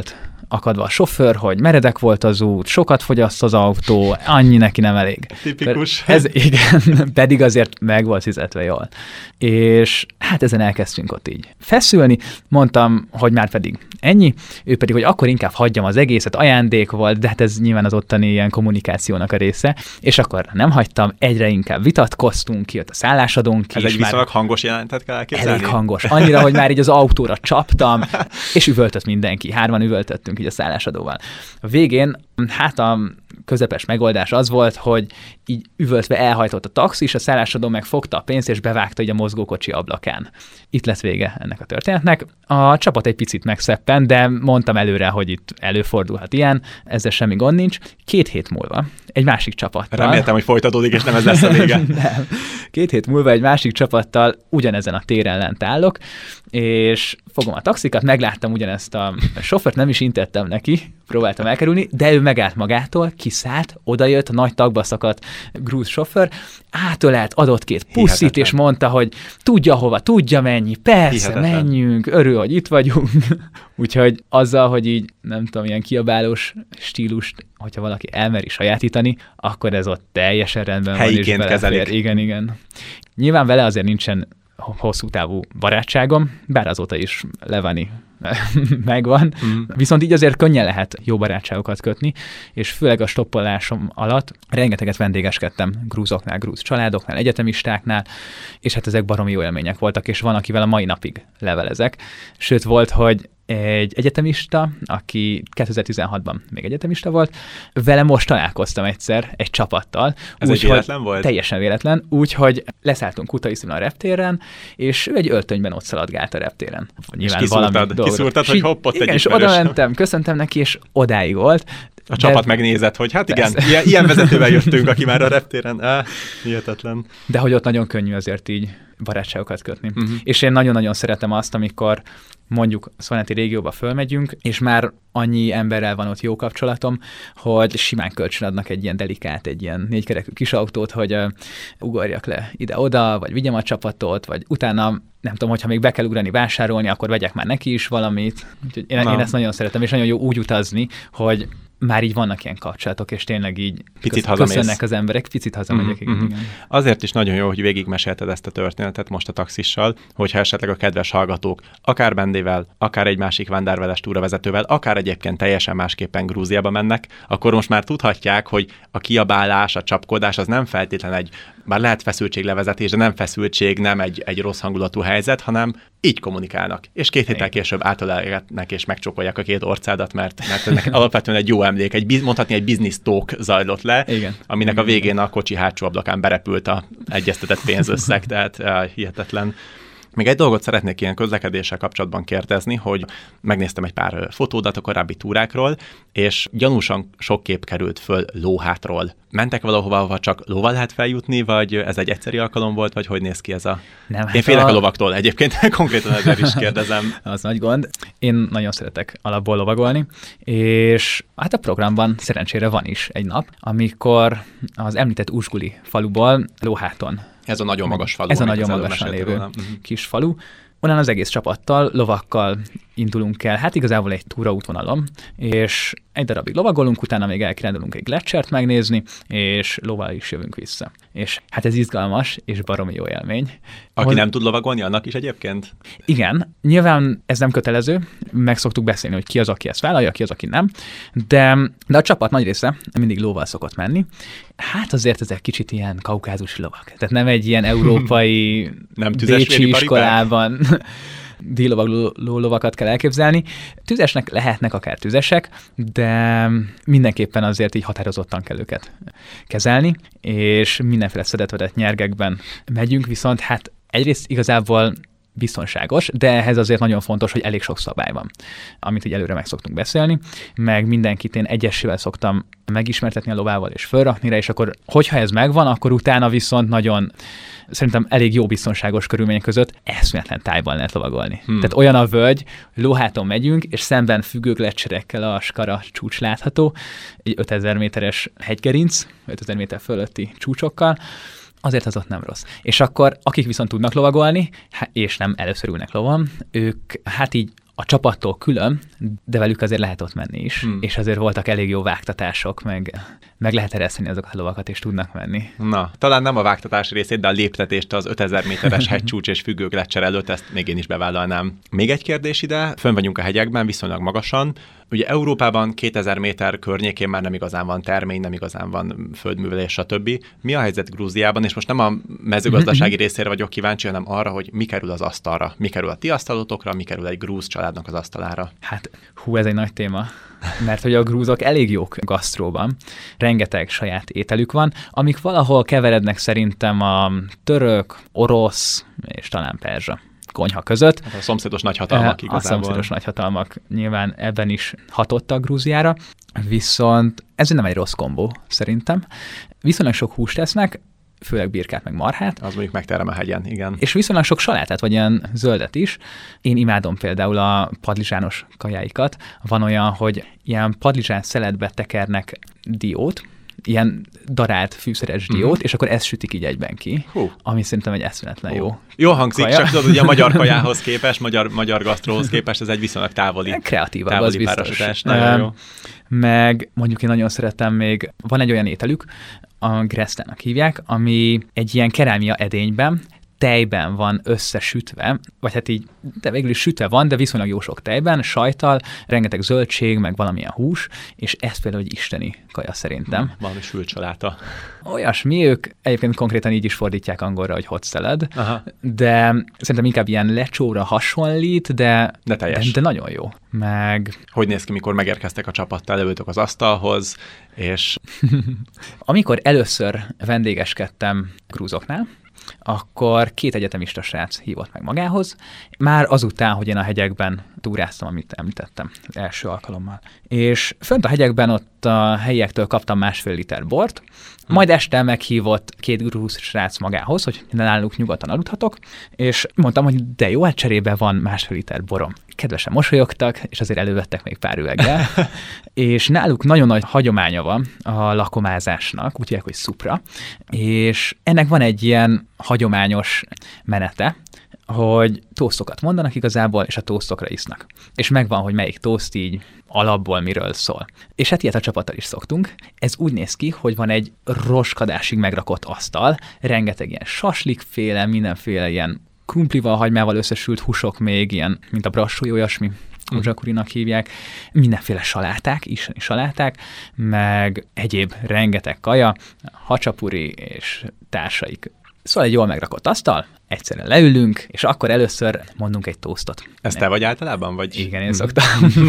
akadva a sofőr, hogy meredek volt az út, sokat fogyaszt az autó, annyi neki nem elég. Tipikus. Ez igen, pedig azért meg volt fizetve jól. És hát ezen elkezdtünk ott így feszülni, mondtam, hogy már pedig ennyi, ő pedig, hogy akkor inkább hagyjam az egészet, ajándék volt, de hát ez nyilván az ottani ilyen kommunikációnak a része, és akkor nem hagytam, egyre inkább vitatkoztunk, kijött a szállásadónk is. Ez egy viszonylag hangos jelentet kell elképzelni? Elég hangos. Annyira, hogy már így az autóra csaptam, és üvöltött mindenki. Hárman üvöltöttünk így a szállásadóval. A végén, hát a közepes megoldás az volt, hogy így üvöltve elhajtott a taxi, és a szállásadó meg fogta a pénzt, és bevágta így a mozgókocsi ablakán. Itt lett vége ennek a történetnek. A csapat egy picit megszeppen, de mondtam előre, hogy itt előfordulhat ilyen, ezzel semmi gond nincs. Két hét múlva egy másik csapattal. Reméltem, hogy folytatódik, és nem ez lesz a vége. Nem. Két hét múlva egy másik csapattal ugyanezen a téren lent állok, és fogom a taxikat, megláttam ugyanezt a sofőrt, nem is intettem neki, próbáltam elkerülni, de ő megállt magától, kiszállt, odajött, a nagy tagba szakadt grúz sofőr, átölelt, adott két puszit, hihetetlen. És mondta, hogy tudja hova, tudja mennyi, persze, hihetetlen. Menjünk, örül, hogy itt vagyunk. Úgyhogy azzal, hogy így, nem tudom, ilyen kiabálós stílust, hogyha valaki elmeri sajátítani, akkor ez ott teljesen rendben van, és belefér. Igen, igen. Nyilván vele azért nincsen hosszú távú barátságom, bár azóta is Levani megvan. Mm. Viszont így azért könnyen lehet jó barátságokat kötni, és főleg a stoppolásom alatt rengeteget vendégeskedtem grúzoknál, grúz családoknál, egyetemistáknál, és hát ezek baromi jó élmények voltak, és van, akivel a mai napig levelezek. Sőt, volt, hogy egy egyetemista, aki kétezer-tizenhatban még egyetemista volt, vele most találkoztam egyszer egy csapattal. Ez úgy, egy véletlen volt? Teljesen véletlen, úgyhogy leszálltunk Kutaiszinon a reptéren, és ő egy öltönyben ott szaladgált a reptéren. Nyilván és kiszúrtad, kiszúrtad hogy hopp, ott igen, egy és oda mentem, köszöntem neki, és odáig volt. A de... csapat megnézett, hogy hát igen, ilyen, ilyen vezetővel jöttünk, aki már a reptéren. Á, hihetetlen. De hogy ott nagyon könnyű azért így barátságokat kötni. Uh-huh. És én nagyon-nagyon szeretem azt, amikor mondjuk a Szolnokti régióba fölmegyünk, és már annyi emberrel van ott jó kapcsolatom, hogy simán kölcsönadnak egy ilyen delikát, egy ilyen négykerekű kis autót, hogy uh, ugorjak le ide-oda, vagy vigyem a csapatot, vagy utána, nem tudom, hogyha még be kell ugrani vásárolni, akkor vegyek már neki is valamit. Úgyhogy én, én ezt nagyon szeretem, és nagyon jó úgy utazni, hogy már így vannak ilyen kapcsolatok, és tényleg így picit köz, köszönnek az emberek, picit hazamegyek. Mm-hmm. Igen. Azért is nagyon jó, hogy végigmesélted ezt a történetet most a taxissal, hogyha esetleg a kedves hallgatók akár Bendével, akár egy másik Wanderveles túravezetővel, akár egyébként teljesen másképpen Grúziába mennek, akkor most már tudhatják, hogy a kiabálás, a csapkodás az nem feltétlen egy, bár lehet feszültséglevezetés, de nem feszültség, nem egy, egy rossz hangulatú helyzet, hanem így kommunikálnak. És két héttel később átölelgetnek és megcsókolják a két orcádat, mert, mert ennek alapvetően egy jó emlék, egy, mondhatni egy business talk zajlott le, igen. Aminek a végén a kocsi hátsó ablakán berepült a egyeztetett pénzösszeg, tehát uh, hihetetlen. Még egy dolgot szeretnék ilyen közlekedéssel kapcsolatban kérdezni, hogy megnéztem egy pár fotódat a korábbi túrákról, és gyanúsan sok kép került föl lóhátról. Mentek valahova, ahova csak lóval lehet feljutni, vagy ez egy egyszeri alkalom volt, vagy hogy néz ki ez a... Nem, hát Én félek a... a lovaktól egyébként, konkrétan ezzel is kérdezem. Az nagy gond. Én nagyon szeretek alapból lovagolni, és hát a programban szerencsére van is egy nap, amikor az említett Uzsguli faluból lóháton. Ez a nagyon magas falu. Ez a nagyon magasan lévő uh-huh. kis falu. Onnan az egész csapattal, lovakkal indulunk el, hát igazából egy túraútvonalon, és egy darabig lovagolunk, utána még elkirándulunk egy gletschert megnézni, és lóval is jövünk vissza. És hát ez izgalmas, és baromi jó élmény. Aki ahol... nem tud lovagolni, annak is egyébként? Igen, nyilván ez nem kötelező, meg szoktuk beszélni, hogy ki az, aki ezt vállalja, ki az, aki nem, de, de a csapat nagy része mindig lóval szokott menni. Hát azért ezek kicsit ilyen kaukázusi lovak. Tehát nem egy ilyen európai nem bécsi iskolában díjlovagló lovakat kell elképzelni. Tüzesnek lehetnek akár tüzesek, de mindenképpen azért így határozottan kell őket kezelni, és mindenféle szedetvedett nyergekben megyünk, viszont hát egyrészt igazából biztonságos, de ehhez azért nagyon fontos, hogy elég sok szabály van, amit így előre meg szoktunk beszélni, meg mindenkit én egyesével szoktam megismertetni a lovával és fölrakni rá, és akkor, hogyha ez megvan, akkor utána viszont nagyon, szerintem elég jó biztonságos körülmények között eszméletlen tájban lehet lovagolni. Hmm. Tehát olyan a völgy, lóháton megyünk, és szemben függőgleccserekkel a Skara csúcs látható, egy ötezer méteres hegygerinc, ötezer méter fölötti csúcsokkal, azért az ott nem rossz. És akkor akik viszont tudnak lovagolni, és nem először ülnek lovon, ők hát így a csapattól külön, de velük azért lehet ott menni is, hmm. és azért voltak elég jó vágtatások, meg, meg lehet ereszteni azokat a lovakat, és tudnak menni. Na, talán nem a vágtatás részét, de a léptetést az ötezer méteres hegycsúcs és függőgleccser előtt, ezt még én is bevállalnám. Még egy kérdés ide, fönn vagyunk a hegyekben, viszonylag magasan. Ugye Európában kétezer méter környékén már nem igazán van termény, nem igazán van földművelés, stb. Mi a helyzet Grúziában? És most nem a mezőgazdasági részére vagyok kíváncsi, hanem arra, hogy mi kerül az asztalra, mi kerül a ti asztalotokra, mi kerül egy grúz családnak az asztalára. Hát, hú, ez egy nagy téma, mert hogy a grúzok elég jók gasztróban, rengeteg saját ételük van, amik valahol keverednek szerintem a török, orosz és talán perzsa konyha között. Hát a szomszédos nagyhatalmak igazából. A szomszédos nagyhatalmak nyilván ebben is hatottak Grúziára, viszont ez nem egy rossz kombó szerintem. Viszonylag sok húst tesznek, főleg birkát meg marhát. Az mondjuk megterem a hegyen, igen. És viszonylag sok salátát, vagy ilyen zöldet is. Én imádom például a padlizsános kajáikat. Van olyan, hogy ilyen padlizsán szeletbe tekernek diót, ilyen darált fűszeres diót, mm-hmm. és akkor ezt sütik így egyben ki, Hú. ami szerintem egy eszméletlen jó. Jó hangzik, kaja. Csak tudod, ugye a magyar kajához képest, magyar, magyar gasztróhoz képest ez egy viszonylag távoli, kreatívabb, távoli az párosítás. Nagyon jó. Meg mondjuk én nagyon szeretem még, van egy olyan ételük, a gresztának hívják, ami egy ilyen kerámia edényben, tejben van összesütve, vagy hát így, de végül is sütve van, de viszonylag jó sok tejben, sajttal, rengeteg zöldség, meg valamilyen hús, és ez például egy isteni kaja szerintem. Hmm, valami sült saláta. Olyasmi, ők egyébként konkrétan így is fordítják angolra, hogy hot salad, Aha. de szerintem inkább ilyen lecsóra hasonlít, de, de, de, de nagyon jó. Meg... Hogy néz ki, mikor megérkeztek a csapattal, leültök az asztalhoz, és... Amikor először vendégeskedtem grúzoknál, akkor két egyetemista srác hívott meg magához, már azután, hogy én a hegyekben túráztam, amit említettem az első alkalommal. És fönt a hegyekben ott a helyiektől kaptam másfél liter bort, majd este meghívott két grúz srác magához, hogy náluk nyugodtan aludhatok, és mondtam, hogy de jó, hát cserébe van másfél liter borom. Kedvesen mosolyogtak, és azért elővettek még pár üveggel, és náluk nagyon nagy hagyománya van a lakomázásnak, úgy hívják, hogy szupra, és ennek van egy ilyen hagyományos menete, hogy tosztokat mondanak igazából, és a tosztokra isznak. És megvan, hogy melyik toszt így alapból miről szól. És hát ilyet a csapattal is szoktunk. Ez úgy néz ki, hogy van egy roskadásig megrakott asztal, rengeteg ilyen saslikféle, mindenféle ilyen krumplival, hagymával összesült húsok még, ilyen, mint a brassói, olyasmi, uzsakurinak hívják, mindenféle saláták, isteni saláták, meg egyéb rengeteg kaja, hacsapuri és társaik. Szóval egy jól megrakott asztal, egyszerűen leülünk, és akkor először mondunk egy tosztot. Ez te vagy általában? Vagy? Igen, én szoktam.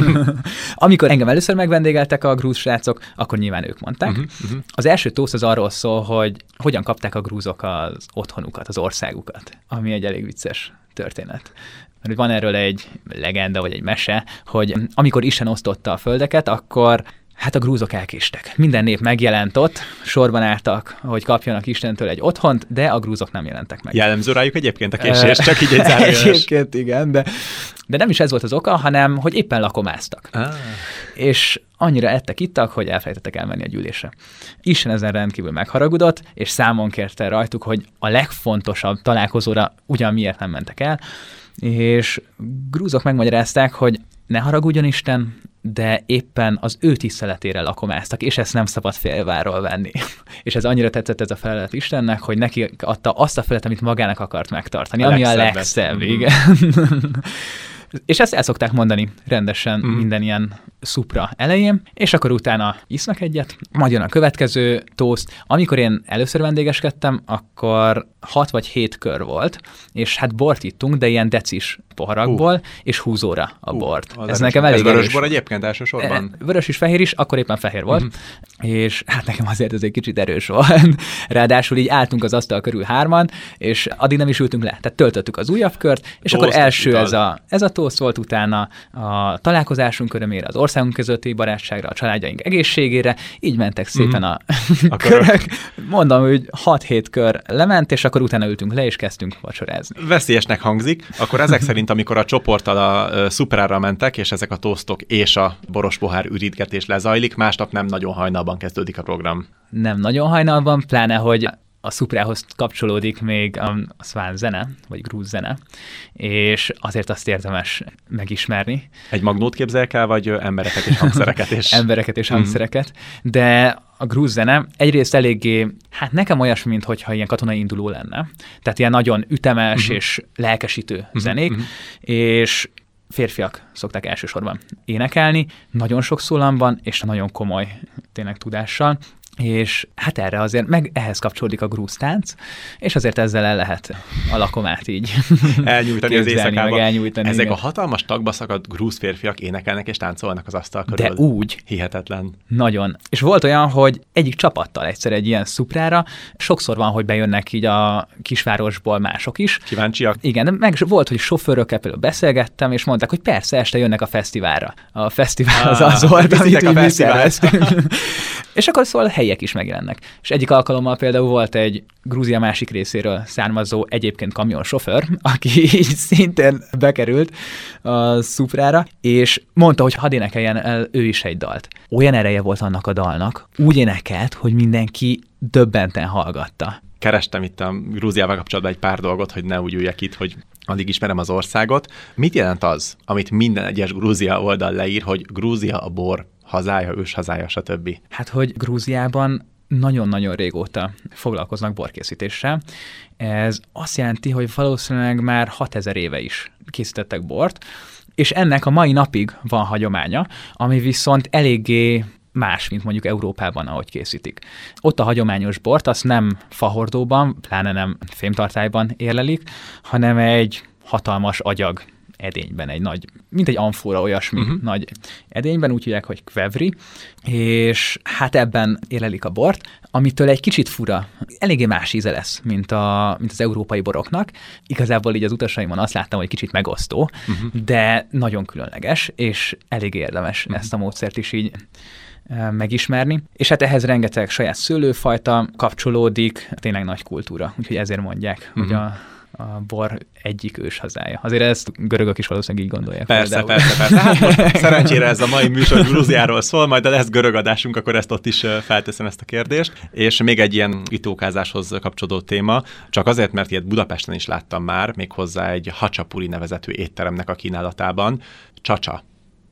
Amikor engem először megvendégeltek a grúz srácok, akkor nyilván ők mondták. Uh-huh, uh-huh. Az első toszt az arról szól, hogy hogyan kapták a grúzok az otthonukat, az országukat, ami egy elég vicces történet. Mert van erről egy legenda, vagy egy mese, hogy amikor Isten osztotta a földeket, akkor hát a grúzok elkéstek. Minden nép megjelent ott, sorban álltak, hogy kapjanak Istentől egy otthont, de a grúzok nem jelentek meg. Jellemző rájuk egyébként a késés, csak így egy zárójeles. Egyébként igen, de, de nem is ez volt az oka, hanem hogy éppen lakomáztak. Ah. És annyira ettek, ittak, hogy elfelejtettek elmenni a gyűlésre. Isten ezen rendkívül megharagudott, és számon kérte rajtuk, hogy a legfontosabb találkozóra ugyan miért nem mentek el, és grúzok megmagyarázták, hogy ne haragudjon Isten, de éppen az ő tiszteletére lakomáztak, és ezt nem szabad félváról venni. És ez annyira tetszett ez a felelet Istennek, hogy neki adta azt a felelet, amit magának akart megtartani, a ami a legszebb, mm-hmm. igen. És ezt el szokták mondani rendesen mm. minden ilyen szupra elején, és akkor utána isznak egyet, majd jön a következő tószt. Amikor én először vendégeskedtem, akkor hat vagy hét kör volt, és hát bort ittunk, de ilyen decis poharakból, uh. és húzóra a bort. Uh, ez nekem elég ez vörös bor egyébként elsősorban? Vörös is, fehér is, akkor éppen fehér volt, uh-huh. és hát nekem azért ez egy kicsit erős volt. Ráadásul így álltunk az asztal körül hárman, és addig nem is ültünk le. Tehát töltöttük az újabb kört, és Tószt akkor első ez a, ez a tószt volt, utána a találkozásunk örömére, az országunk közötti barátságra, a családjaink egészségére, így mentek szépen mm-hmm. a, a körök. Mondom, hogy hat-hét kör lement, és akkor utána ültünk le, és kezdtünk vacsorázni. Veszélyesnek hangzik, akkor ezek szerint, amikor a csoporttal a szuprára mentek, és ezek a tosztok és a boros pohár ürítgetés lezajlik, másnap nem nagyon hajnalban kezdődik a program. Nem nagyon hajnalban, pláne, hogy a szuprához kapcsolódik még a, a szván zene, vagy grúz zene, és azért azt érdemes megismerni. Egy magnót képzel el, vagy embereket és hangszereket? És... embereket és hangszereket, de a grúz zene egyrészt eléggé, hát nekem olyasmi, mintha ilyen katonai induló lenne. Tehát ilyen nagyon ütemes uh-huh. és lelkesítő uh-huh. zenék, uh-huh. és férfiak szokták elsősorban énekelni, nagyon sok szólam van, és nagyon komoly tényleg tudással, és hát erre azért, meg ehhez kapcsolódik a grúz tánc, és azért ezzel el lehet a lakomát így elnyújtani az éjszakában. Elnyújtani, Ezek igen. a hatalmas tagba szakadt grúz férfiak énekelnek és táncolnak az asztal körül. De úgy. Hihetetlen. Nagyon. És volt olyan, hogy egyik csapattal egyszer egy ilyen szuprára, sokszor van, hogy bejönnek így a kisvárosból mások is. Kíváncsiak? Igen, de meg volt, hogy sofőrökkel például beszélgettem, és mondták, hogy persze, este jönnek a fesztiválra. A fesztivál az ah, az volt, amit a szerveztünk. És akkor szóval helyiek is megjelennek. És egyik alkalommal például volt egy Grúzia másik részéről származó egyébként kamionsofőr, aki így szintén bekerült a szuprára, és mondta, hogy hadd énekeljen el ő is egy dalt. Olyan ereje volt annak a dalnak, úgy énekelt, hogy mindenki döbbenten hallgatta. Kerestem itt a Grúziával kapcsolatban egy pár dolgot, hogy ne úgy üljek itt, hogy addig ismerem az országot. Mit jelent az, amit minden egyes Grúzia oldal leír, hogy Grúzia a bor hazája, ős hazája, stb.? Hát, hogy Grúziában nagyon-nagyon régóta foglalkoznak borkészítéssel. Ez azt jelenti, hogy valószínűleg már hatezer éve is készítettek bort, és ennek a mai napig van hagyománya, ami viszont eléggé más, mint mondjuk Európában, ahogy készítik. Ott a hagyományos bort, azt nem fahordóban, pláne nem fémtartályban érlelik, hanem egy hatalmas agyag edényben, egy nagy, mint egy amfóra olyasmi uh-huh. nagy edényben, úgy hívják, hogy kvevri, és hát ebben érlelik a bort, amitől egy kicsit fura, eléggé más íze lesz, mint, a, mint az európai boroknak. Igazából így az utasaimon azt láttam, hogy kicsit megosztó, uh-huh. de nagyon különleges, és elég érdemes uh-huh. ezt a módszert is így megismerni. És hát ehhez rengeteg saját szőlőfajta kapcsolódik, tényleg nagy kultúra, úgyhogy ezért mondják, uh-huh. hogy a a bor egyik őshazája. Azért ezt görögök is valószínűleg így gondolják. Persze, például. persze, persze. Hát most szerencsére ez a mai műsor Grúziáról szól, majd de lesz görög adásunk, akkor ezt ott is felteszem ezt a kérdést. És még egy ilyen itókázáshoz kapcsolódó téma, csak azért, mert ilyet Budapesten is láttam már, méghozzá egy hacsapuri nevezetű étteremnek a kínálatában. Csacsa.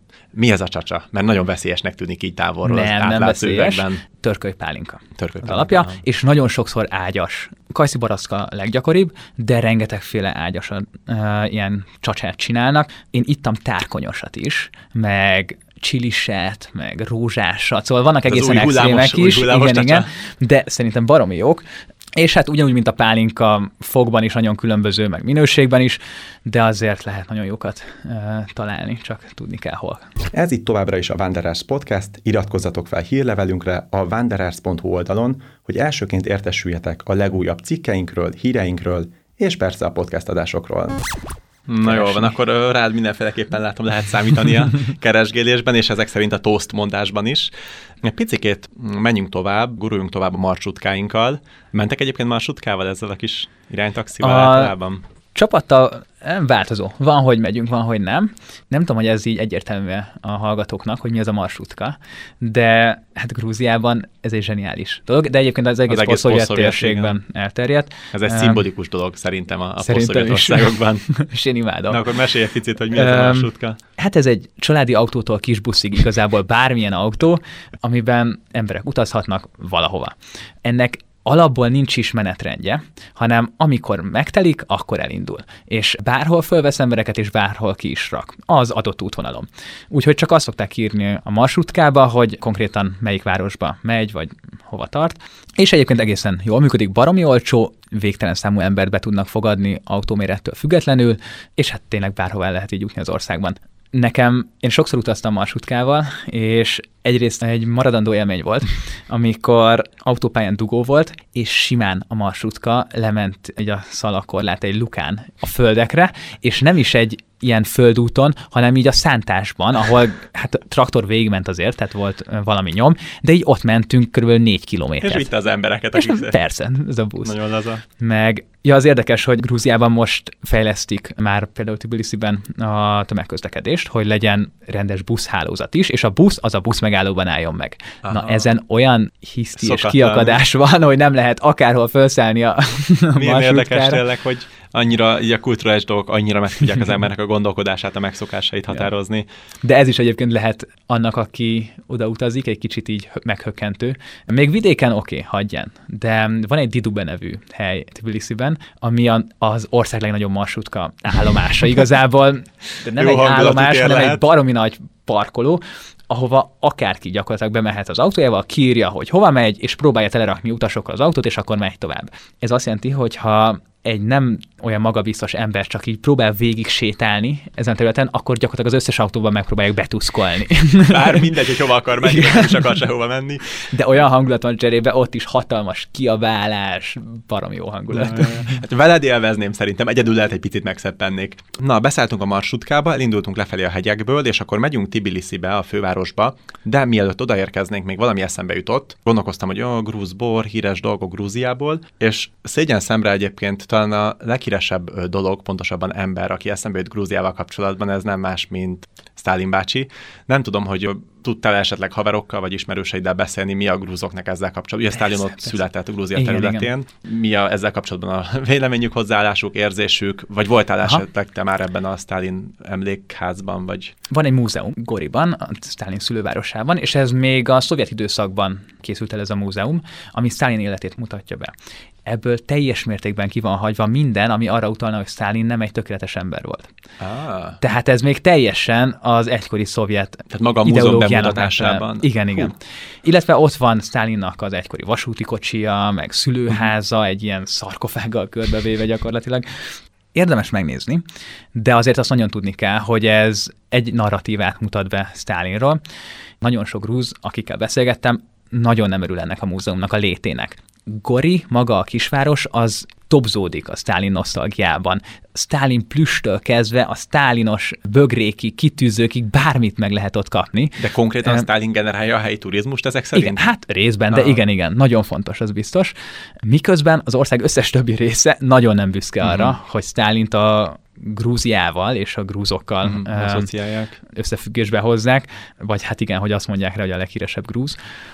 Mi ez a csacsa? Mert nagyon veszélyesnek tűnik így távolról. Nem, nem veszélyes. Törkölypálinka. Az alapja, és nagyon sokszor ágyas. Kajszi barackka a leggyakoribb, de rengetegféle ágyas uh, ilyen csacsát csinálnak. Én ittam tárkonyosat is, meg csiliset, meg rózsásat, szóval vannak egészen extrémek is, igen, igen, de szerintem baromi jók. És hát ugyanúgy, mint a pálinka, fogban is nagyon különböző, meg minőségben is, de azért lehet nagyon jókat uh, találni, csak tudni kell hol. Ez itt továbbra is a Wanderers Podcast, iratkozzatok fel hírlevelünkre a wanderers pont hu oldalon, hogy elsőként értesüljetek a legújabb cikkeinkről, híreinkről, és persze a podcast adásokról. Na jól van, akkor rád mindenféleképpen látom, lehet számítani a keresgélésben, és ezek szerint a toast mondásban is. Egy picikét menjünk tovább, guruljunk tovább a marsrutkáinkkal. Mentek egyébként marsutkával ezzel a kis iránytaxival a... általában? Csapattal változó. Van, hogy megyünk, van, hogy nem. Nem tudom, hogy ez így egyértelmű a hallgatóknak, hogy mi az a marsrutka, de hát Grúziában ez egy zseniális dolog, de egyébként az egész, egész posztszovjet térségben elterjedt. Ez egy um, szimbolikus dolog szerintem a, a posztszovjet országokban. És én imádom. Na akkor mesélj egy picit, hogy mi um, ez a marsrutka. Hát ez egy családi autótól kisbuszig igazából bármilyen autó, amiben emberek utazhatnak valahova. Ennek alapból nincs is menetrendje, hanem amikor megtelik, akkor elindul. És bárhol fölvesz embereket, és bárhol ki is rak. Az adott útvonalon. Úgyhogy csak azt szokták írni a marsrutkába, hogy konkrétan melyik városba megy, vagy hova tart. És egyébként egészen jól működik, baromi olcsó, végtelen számú embert be tudnak fogadni autómérettől függetlenül, és hát tényleg bárhol el lehet így jutni az országban. Nekem, én sokszor utaztam marsrutkával, és egyrészt egy maradandó élmény volt, amikor autópályán dugó volt, és simán a marsrutka lement egy a szalagkorlát egy lukán a földekre, és nem is egy ilyen földúton, hanem így a szántásban, ahol hát a traktor végigment azért, tehát volt valami nyom, de így ott mentünk körülbelül négy kilométert. És vitte az embereket. És persze, ez a busz. Nagyon laza. Meg, ja, az érdekes, hogy Grúziában most fejlesztik már például Tbilisiben a tömegközlekedést, hogy legyen rendes buszhálózat is, és a busz az a busz megállóban álljon meg. Aha. Na ezen olyan hiszti és Szokatlan. kiakadás van, hogy nem lehet akárhol felszállni a, a Milyen érdekes marshutkára. tényleg, hogy annyira, így a kulturális dolgok annyira meg tudják az embernek a gondolkodását, a megszokásait határozni. De ez is egyébként lehet annak, aki oda utazik, egy kicsit így meghökkentő. Még vidéken oké, okay, hagyján, de van egy Didube nevű hely Tbilisiben, ami a, az ország legnagyobb marsrutka állomása igazából. De nem Jó egy hangulatú állomás, tér hanem lehet. egy baromi nagy parkoló, ahova akárki gyakorlatilag bemehet az autójával, kiírja, hogy hova megy, és próbálja telerakni utasokkal az autót, és akkor megy tovább. Ez azt jelenti, hogy ha egy nem olyan magabiztos ember csak így próbál végig sétálni ezen a területen, akkor gyakorlatilag az összes autóban megpróbálják betuszkolni. Bár mindegy, hogy hova akar menni, vagy nem is akar sehova menni. De olyan hangulat van cserébe, ott is hatalmas kiabálás, baromi jó hangulat. Hát veled élvezném szerintem, egyedül lehet egy picit megszeppennék. Na, beszálltunk a marsrutkába, elindultunk lefelé a hegyekből, és akkor megyünk Tbilisibe, a fővárosba, de mielőtt odaérkeznénk, még valami eszembe jutott. Gondolkoztam, hogy a grúz bor, híres dolgok Grúziából, és szégyen szemre egyébként talán a leghíresebb dolog, pontosabban ember, aki eszembe jut Grúziával kapcsolatban, ez nem más, mint Sztálin bácsi. Nem tudom, hogy tudtál esetleg haverokkal vagy ismerőseiddel beszélni, mi a grúzoknak ezzel kapcsolatban. Ugye Sztálin ott született a Grúzia Igen, területén. Igen. Mi a, ezzel kapcsolatban a véleményük, hozzáállásuk, érzésük, vagy voltál Aha. esetleg te már ebben a Sztálin emlékházban, vagy... Van egy múzeum Goriban, a Sztálin szülővárosában, és ez még a szovjet időszakban készült el ez a múzeum, ami Sztálin életét mutatja be. Ebből teljes mértékben ki van hagyva minden, ami arra utalna, hogy Sztálin nem egy tökéletes ember volt. Ah. Tehát ez még teljesen az egykori szovjet Tehát maga a múzeum ideológiának bemutatásában. megfelel. Igen, igen. Hú. Illetve ott van Sztálinnak az egykori vasúti kocsia, meg szülőháza, egy ilyen szarkofággal körbevéve gyakorlatilag. Érdemes megnézni, de azért azt nagyon tudni kell, hogy ez egy narratívát mutat be Sztálinról. Nagyon sok grúz, akikkel beszélgettem, nagyon nem örül ennek a múzeumnak a létének. Gori, maga a kisváros, az tobzódik a Sztálin nosztalgiában. Sztálin plüsstől kezdve a sztálinos bögrékig, kitűzőkig bármit meg lehet ott kapni. De konkrétan Um, Sztálin generálja a helyi turizmust ezek szerint? Igen, hát részben, de Aha. igen, igen, nagyon fontos, az biztos. Miközben az ország összes többi része nagyon nem büszke arra, uh-huh. hogy Sztálint a Grúziával és a grúzokkal uh-huh, asszociálják. összefüggésbe hozzák, vagy hát igen, hogy azt mondják rá, hogy a leghíresebb grúz.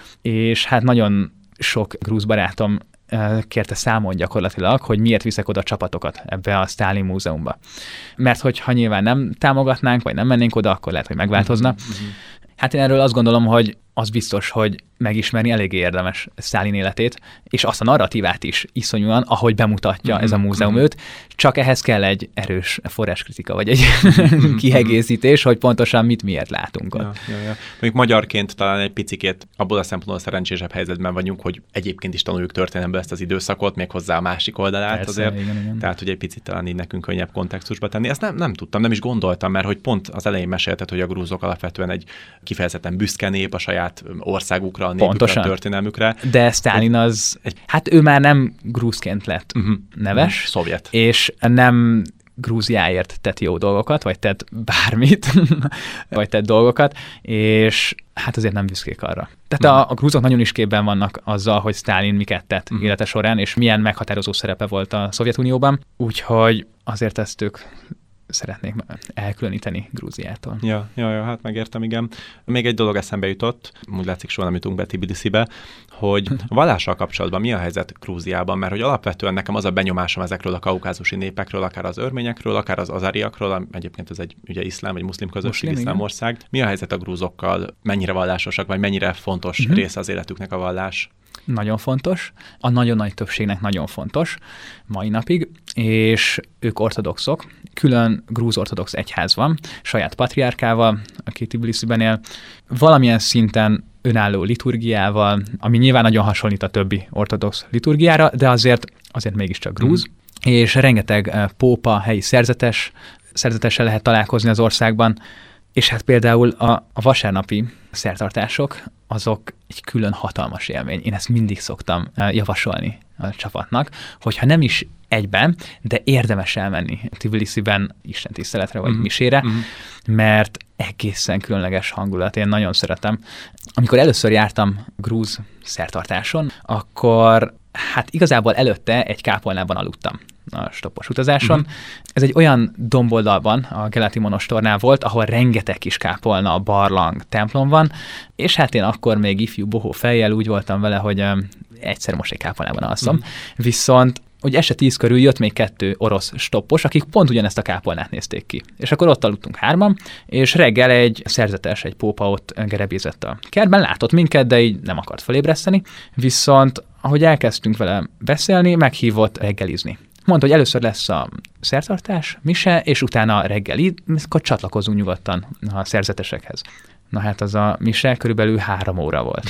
És hát nagyon sok grúz barátom kérte számon gyakorlatilag, hogy miért viszek oda csapatokat ebbe a Sztálin múzeumba. Mert hogyha nyilván nem támogatnánk, vagy nem mennénk oda, akkor lehet, hogy megváltozna. Uh-huh. Hát én erről azt gondolom, hogy az biztos, hogy megismerni eléggé érdemes Sztálin életét, és azt a narratívát is iszonyúan, ahogy bemutatja uh-huh. ez a múzeum őt, csak ehhez kell egy erős forráskritika, vagy egy kiegészítés, hogy pontosan mit miért látunk ott. Ja, ja, ja. Mondjuk magyarként talán egy picikét abból a szempontból szerencsésebb helyzetben vagyunk, hogy egyébként is tanuljuk történelemből ezt az időszakot, még hozzá a másik oldalát. Persze, azért. Igen, igen. Tehát, hogy egy picit talán így nekünk könnyebb kontextusba tenni. Ezt nem, nem tudtam, nem is gondoltam, mert hogy pont az elején mesélted, hogy a grúzok alapvetően egy kifejezetten büszke nép a saját országukra, a népükre, a történelmükre. De Sztálin az, egy... hát ő már nem grúzként lett uh-huh. neves. Uh-huh. Szovjet. És nem Grúziáért tett jó dolgokat, vagy tett bármit, vagy tett dolgokat, és hát azért nem büszkék arra. Tehát uh-huh. a, a grúzok nagyon is képben vannak azzal, hogy Sztálin miket tett uh-huh. élete során, és milyen meghatározó szerepe volt a Szovjetunióban, úgyhogy azért ezt ők szeretnék elkülöníteni Grúziától. Ja, ja, ja, hát megértem, igen. Még egy dolog eszembe jutott, úgy látszik, soha nem jutunk be Tbilisibe, hogy a vallással kapcsolatban mi a helyzet Grúziában, mert hogy alapvetően nekem az a benyomásom ezekről a kaukázusi népekről, akár az örményekről, akár az azeriakról, egyébként ez egy ugye iszlám vagy muszlim közösség, muszlim, iszlám ország. Mi a helyzet a grúzokkal? Mennyire vallásosak, vagy mennyire fontos uh-huh. része az életüknek a vallás? Nagyon fontos, a nagyon nagy többségnek nagyon fontos mai napig, és ők ortodoxok, külön grúz ortodox egyház van, saját patriárkával, aki Tbilisiben él, valamilyen szinten önálló liturgiával, ami nyilván nagyon hasonlít a többi ortodox liturgiára, de azért, azért mégiscsak grúz, mm. és rengeteg pópa, helyi szerzetes, szerzetessel lehet találkozni az országban, és hát például a, a vasárnapi szertartások, azok egy külön hatalmas élmény. Én ezt mindig szoktam javasolni a csapatnak, hogyha nem is egyben, de érdemes elmenni Tbilisiben istentiszteletre vagy mm-hmm. misére, mm-hmm. mert egészen különleges hangulat. Én nagyon szeretem. Amikor először jártam grúz szertartáson, akkor Hát igazából előtte egy kápolnában aludtam a stoppos utazáson. Uh-huh. Ez egy olyan domboldalban, a Gelati monostornál volt, ahol rengeteg kis kápolna, barlang, templom van, és hát én akkor még ifjú bohó fejjel úgy voltam vele, hogy um, egyszer most egy kápolnában alszom. Uh-huh. Viszont ugye este tíz körül jött még kettő orosz stoppos, akik pont ugyanezt a kápolnát nézték ki. És akkor ott aludtunk hárman, és reggel egy szerzetes, egy pópa ott gerebézett a kertben, látott minket, de így nem akart felébreszteni. Viszont ahogy elkezdtünk vele beszélni, meghívott reggelizni. Mondta, hogy először lesz a szertartás, mise, és utána reggeli, akkor csatlakozunk nyugodtan a szerzetesekhez. Na hát az a mise körülbelül három óra volt.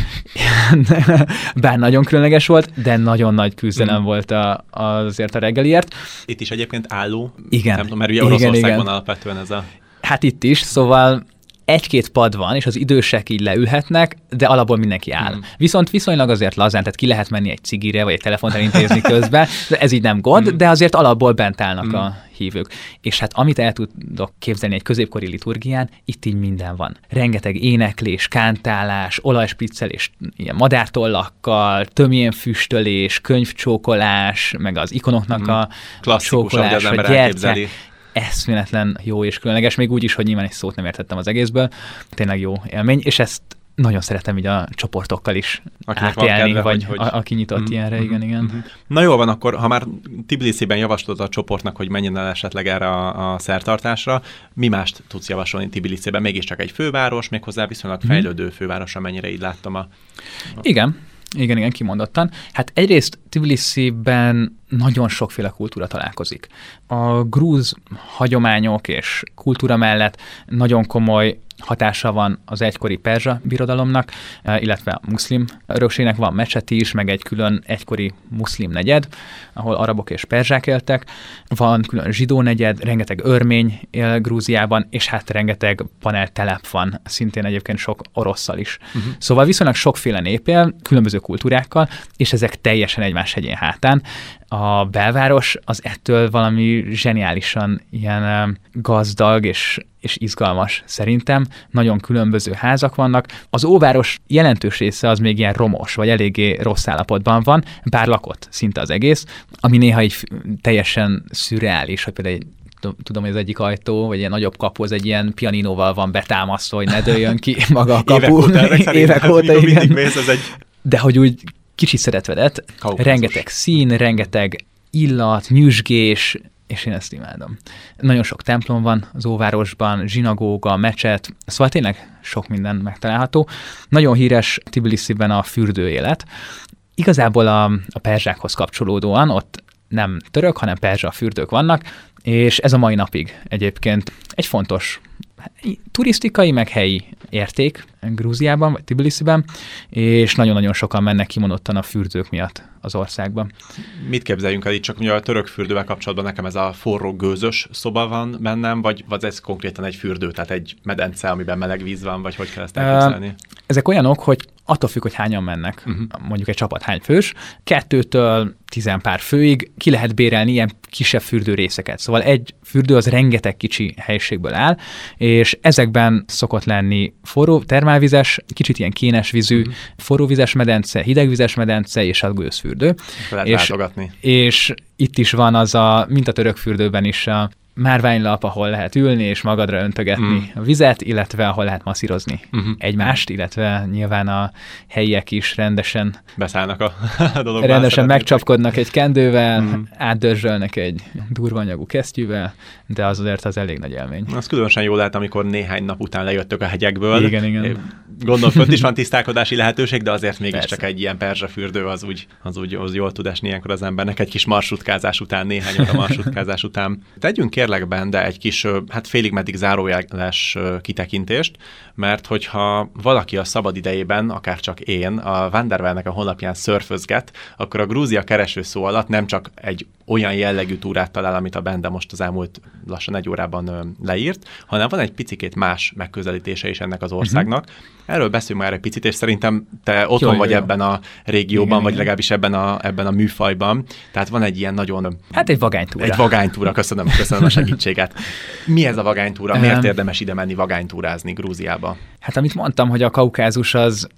Bár nagyon különleges volt, de nagyon nagy küzdelem mm. volt a, azért a reggeliért. Itt is egyébként álló, igen. Nem tudom, mert ugye Oroszországban alapvetően ez a... Hát itt is, szóval egy-két pad van, és az idősek így leülhetnek, de alapból mindenki áll. Mm. Viszont viszonylag azért lazán, tehát ki lehet menni egy cigire, vagy egy telefont elintézni közben, de ez így nem gond, mm. de azért alapból bent állnak mm. a hívők. És hát amit el tudok képzelni egy középkori liturgián, itt így minden van. Rengeteg éneklés, kántálás, olajspriccelés, ilyen madártollakkal, tömjén füstölés, könyvcsókolás, meg az ikonoknak mm. a csókolás, a gyertya. Eszméletlen jó és különleges, még úgy is, hogy nyilván egy szót nem értettem az egészből. Tényleg jó élmény, és ezt nagyon szeretem így a csoportokkal is akinek átélni, kedve, vagy hogy, hogy... A, aki nyitott mm-hmm. ilyenre, igen, igen. Mm-hmm. Na jó van, akkor ha már Tbilisiben javaslod a csoportnak, hogy menjen el esetleg erre a, a szertartásra, mi mást tudsz javasolni Tbilisiben? Mégiscsak egy főváros, méghozzá viszonylag mm-hmm. fejlődő főváros, amennyire így láttam a... a... Igen. Igen, igen, kimondottan. Hát egyrészt Tbilisiben nagyon sokféle kultúra találkozik. A grúz hagyományok és kultúra mellett nagyon komoly hatása van az egykori perzsa birodalomnak, illetve a muszlim örökségnek, van mecseti is, meg egy külön egykori muszlim negyed, ahol arabok és perzsák éltek, van külön zsidó negyed, rengeteg örmény él Grúziában, és hát rengeteg panel telep van, szintén egyébként sok orosszal is. Uh-huh. Szóval viszonylag sokféle nép él, különböző kultúrákkal, és ezek teljesen egymás hegyén hátán. A belváros az ettől valami zseniálisan ilyen gazdag és, és izgalmas szerintem. Nagyon különböző házak vannak. Az óváros jelentős része az még ilyen romos, vagy eléggé rossz állapotban van, bár lakott szinte az egész, ami néha így teljesen szürreális, hogy például egy tudom, hogy az egyik ajtó, vagy ilyen nagyobb kapu, az egy ilyen pianinóval van betámasztva, hogy ne dőljön ki maga a kapu. Évek óta, Évek óta igen. Mész, ez egy... De hogy úgy kicsit szeretvedett, Kaukázus. Rengeteg szín, rengeteg illat, nyüzsgés, és én ezt imádom. Nagyon sok templom van az óvárosban, zsinagóga, mecset, szóval tényleg sok minden megtalálható. Nagyon híres Tbilisiben a fürdőélet. Igazából a, a perzsákhoz kapcsolódóan ott nem török, hanem perzsa fürdők vannak, és ez a mai napig egyébként egy fontos turisztikai, meg helyi érték Grúziában, vagy Tbilisiben, és nagyon-nagyon sokan mennek kimondottan a fürdők miatt az országban. Mit képzeljünk el itt? Csak ugye a török fürdővel kapcsolatban nekem ez a forró gőzös szoba van bennem, vagy, vagy ez konkrétan egy fürdő, tehát egy medence, amiben meleg víz van, vagy hogy kell ezt elképzelni? Ezek olyanok, hogy attól függ, hogy hányan mennek, uh-huh. mondjuk egy csapat hány fős, kettőtől tizen pár főig ki lehet bérelni ilyen kisebb fürdőrészeket. Szóval egy fürdő az rengeteg kicsi helyiségből áll, és ezekben szokott lenni forró termálvizes, kicsit ilyen kénes vízű, uh-huh. forróvizes medence, hidegvizes medence és a gőzfürdő. Lehet és, látogatni. És itt is van az a, mint a török fürdőben is a márványlap, ahol lehet ülni és magadra öntögetni mm. a vizet, illetve ahol lehet masszírozni uh-huh. egymást, anyást, nyilván a helyiek is rendesen beszállnak a dologba. Rendesen megcsapkodnak egy kendővel, mm. átdörzsölnek egy durvanyagú kesztyűvel, de az azért az elég nagy élmény. Az különösen jó lehet, amikor néhány nap után lejöttök a hegyekből. Igen, igen. Gondolom, fönt is van tisztálkodási lehetőség, de azért mégiscsak egy ilyen perzsa fürdő az úgy, az úgy az jól tud esni ilyenkor az embernek egy kis marsutkázás után, néhány óra marsutkázás után. Tegyünk kérlek benne egy kis, hát félig meddig zárójeles kitekintést, mert hogyha valaki a szabad idejében, akár csak én, a Wanderwellnek a honlapján szörfözget, akkor a Grúzia kereső szó alatt nem csak egy olyan jellegű túrát talál, amit a Bende most az elmúlt lassan egy órában ö, leírt, hanem van egy picikét más megközelítése is ennek az országnak. Uh-huh. Erről beszélünk már egy picit, és szerintem te otthon jó, vagy jó, ebben a régióban, igen, vagy igen. legalábbis ebben a, ebben a műfajban. Tehát van egy ilyen nagyon... Hát egy vagánytúra. Egy vagánytúra, köszönöm, köszönöm a segítséget. Mi ez a vagánytúra? Miért érdemes ide menni vagánytúrázni Grúziába? Hát amit mondtam, hogy a Kaukázus az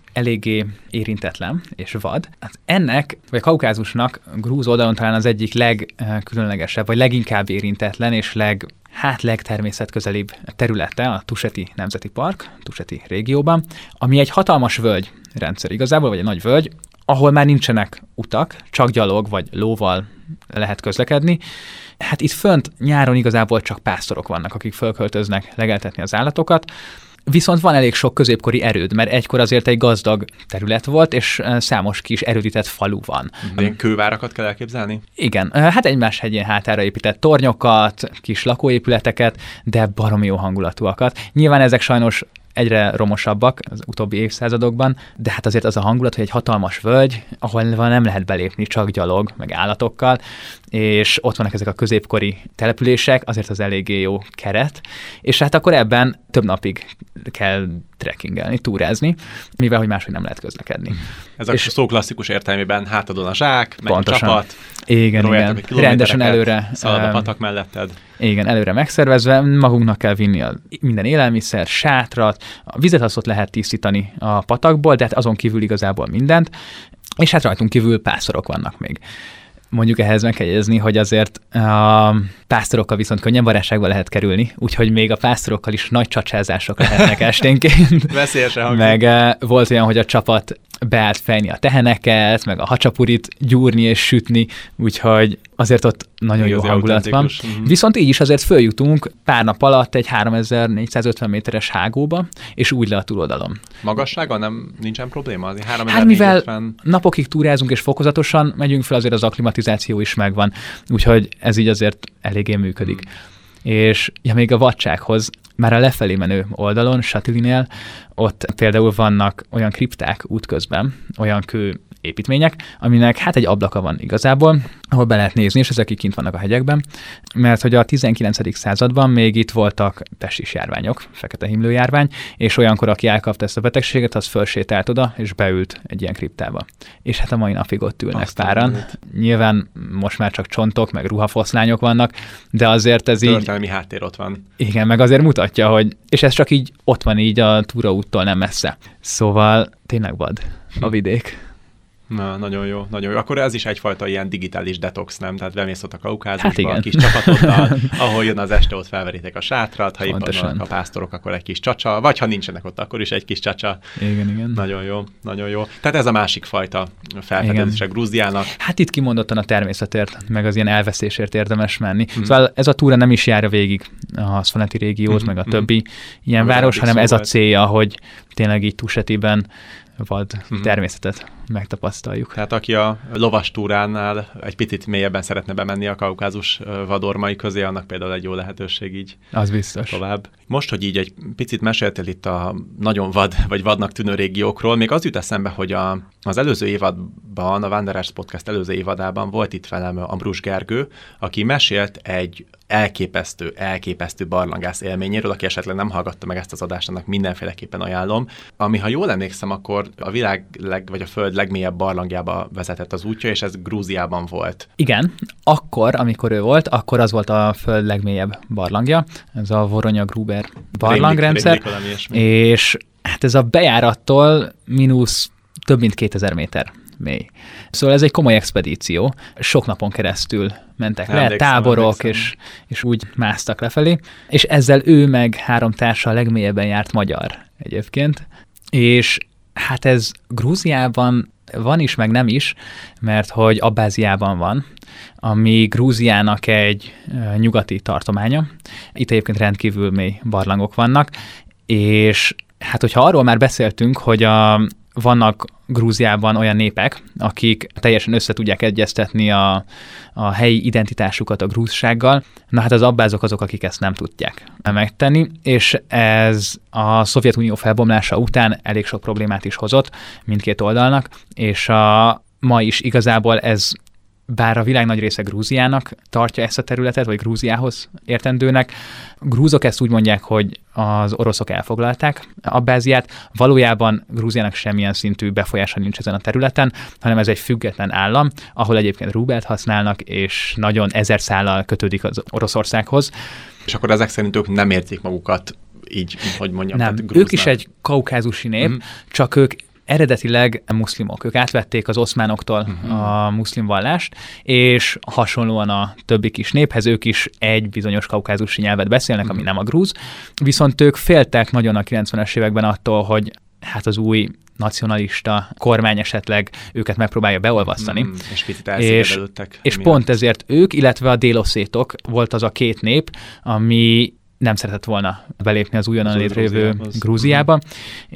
eléggé érintetlen és vad. Hát ennek, vagy a Kaukázusnak grúz oldalon talán az egyik legkülönlegesebb, vagy leginkább érintetlen és leg, hát legtermészetközelibb területe a Tusheti Nemzeti Park, Tusheti régióban, ami egy hatalmas völgyrendszer igazából, vagy egy nagy völgy, ahol már nincsenek utak, csak gyalog vagy lóval lehet közlekedni. Hát itt fönt nyáron igazából csak pásztorok vannak, akik fölköltöznek legeltetni az állatokat, viszont van elég sok középkori erőd, mert egykor azért egy gazdag terület volt, és számos kis erődített falu van. Ilyen kővárakat kell elképzelni? Igen, hát egymás hegyén hátára épített tornyokat, kis lakóépületeket, de baromi jó hangulatúakat. Nyilván ezek sajnos egyre romosabbak az utóbbi évszázadokban, de hát azért az a hangulat, hogy egy hatalmas völgy, ahol nem lehet belépni, csak gyalog, meg állatokkal, és ott vannak ezek a középkori települések, azért az eléggé jó keret, és hát akkor ebben több napig kell trekkingelni, túrázni, mivel hogy máshogy nem lehet közlekedni. Ez a szó klasszikus értelmében hátadon a zsák, megy pontosan. A csapat, igen, igen. Rendesen előre szalad a patak melletted. Igen, előre megszervezve, magunknak kell vinni a minden élelmiszer, sátrat, a vizet azt ott lehet tisztítani a patakból, de hát azon kívül igazából mindent, és hát rajtunk kívül pásztorok vannak még. Mondjuk ehhez meg kell jegyezni, hogy azért a pásztorokkal viszont könnyen barátságba lehet kerülni, úgyhogy még a pásztorokkal is nagy csacsázások lehetnek esténként. Veszélyesen hangzik. Meg volt olyan, hogy a csapat beállt fejni a teheneket, meg a hacsapurit gyúrni és sütni, úgyhogy azért ott nagyon még jó hangulat van. Mm-hmm. Viszont így is azért följutunk pár nap alatt egy háromezer-négyszázötven méteres hágóba, és úgy le a túloldalon. Magassága nem nincsen probléma? Azért hát mivel napokig túrázunk és fokozatosan megyünk fel, azért az akklimatizáció is megvan, úgyhogy ez így azért eléggé működik. Mm. És ja, még a vadsághoz, már a lefelé menő oldalon, Satilinél, ott például vannak olyan kripták útközben, olyan kő építmények, aminek hát egy ablaka van igazából, ahol be lehet nézni, és ezek kint vannak a hegyekben, mert hogy a tizenkilencedik században még itt voltak pestis járványok, fekete himlő járvány, és olyankor, aki elkapta ezt a betegséget, az fölsétált oda, és beült egy ilyen kriptába. És hát a mai napig ott ülnek Aztán páran. Ült. Nyilván most már csak csontok, meg ruhafoszlányok vannak, de azért ez így... Történelmi háttér ott van. Igen, meg azért mutatja, hogy... És ez csak így ott van így a túraúttól nem messze. Szóval tényleg vad a vidék. Na, nagyon jó, nagyon jó. Akkor ez is egyfajta ilyen digitális detox, nem? Tehát bemész ott a Kaukázusba, hát a kis csapatoddal, ahol jön az este, ott felveritek a sátrat, ha itt vannak a pásztorok, akkor egy kis csacsa, vagy ha nincsenek ott, akkor is egy kis csacsa. Igen, igen. Nagyon jó, nagyon jó. Tehát ez a másik fajta felfedezése Grúziának. Hát itt kimondottan a természetért, meg az ilyen elveszésért érdemes menni. Mm. Szóval ez a túra nem is jár végig a Szvaneti régiót, mm. meg a többi mm. ilyen Most város, hanem ez a célja, hogy tényleg így Tushetiben vad uh-huh. természetet megtapasztaljuk. Tehát aki a lovastúránál egy picit mélyebben szeretne bemenni a Kaukázus vadormai közé, annak például egy jó lehetőség így az biztos. Tovább. Most, hogy így egy picit meséltél itt a nagyon vad, vagy vadnak tűnő régiókról, még az jut eszembe, hogy a, az előző évadban, a Wanderers Podcast előző évadában volt itt velem Ambrus Gergő, aki mesélt egy elképesztő, elképesztő barlangász élményéről, aki esetleg nem hallgatta meg ezt az adást, annak mindenféleképpen ajánlom, ami, ha jól emlékszem, akkor a világ leg, vagy a föld legmélyebb barlangjába vezetett az útja, és ez Grúziában volt. Igen, akkor, amikor ő volt, akkor az volt a föld legmélyebb barlangja, ez a Voronya-Gruber barlangrendszer, és hát ez a bejárattól mínusz több mint kétezer méter mély. Szóval ez egy komoly expedíció. Sok napon keresztül mentek le, emlékszem, táborok, emlékszem. És, és úgy másztak lefelé. És ezzel ő meg három társa a legmélyebben járt magyar egyébként. És hát ez Grúziában van is, meg nem is, mert hogy Abbáziában van, ami Grúziának egy nyugati tartománya. Itt egyébként rendkívül mély barlangok vannak, és hát hogyha arról már beszéltünk, hogy a vannak Grúziában olyan népek, akik teljesen össze tudják egyeztetni a, a helyi identitásukat a grúzsággal. Na hát az abbázok azok, akik ezt nem tudják megtenni, és ez a Szovjetunió felbomlása után elég sok problémát is hozott mindkét oldalnak, és a, ma is igazából ez, bár a világ nagy része Grúziának tartja ezt a területet, vagy Grúziához értendőnek, grúzok ezt úgy mondják, hogy az oroszok elfoglalták Abbáziát. Valójában Grúziának semmilyen szintű befolyása nincs ezen a területen, hanem ez egy független állam, ahol egyébként rubelt használnak, és nagyon ezer szállal kötődik az Oroszországhoz. És akkor ezek szerint ők nem érzik magukat így, hogy mondjam. Nem, ők is egy kaukázusi nép, mm. csak ők eredetileg muszlimok. Ők átvették az oszmánoktól uh-huh. a muszlim vallást, és hasonlóan a többi kis néphez ők is egy bizonyos kaukázusi nyelvet beszélnek, uh-huh. ami nem a grúz. Viszont ők féltek nagyon a kilencvenes években attól, hogy hát az új nacionalista kormány esetleg őket megpróbálja beolvasztani. Mm, és picit elszigetelődtek. És, és pont ezért ők, illetve a déloszétok volt az a két nép, ami nem szeretett volna belépni az újonnan létrejövő Grúziába, mm.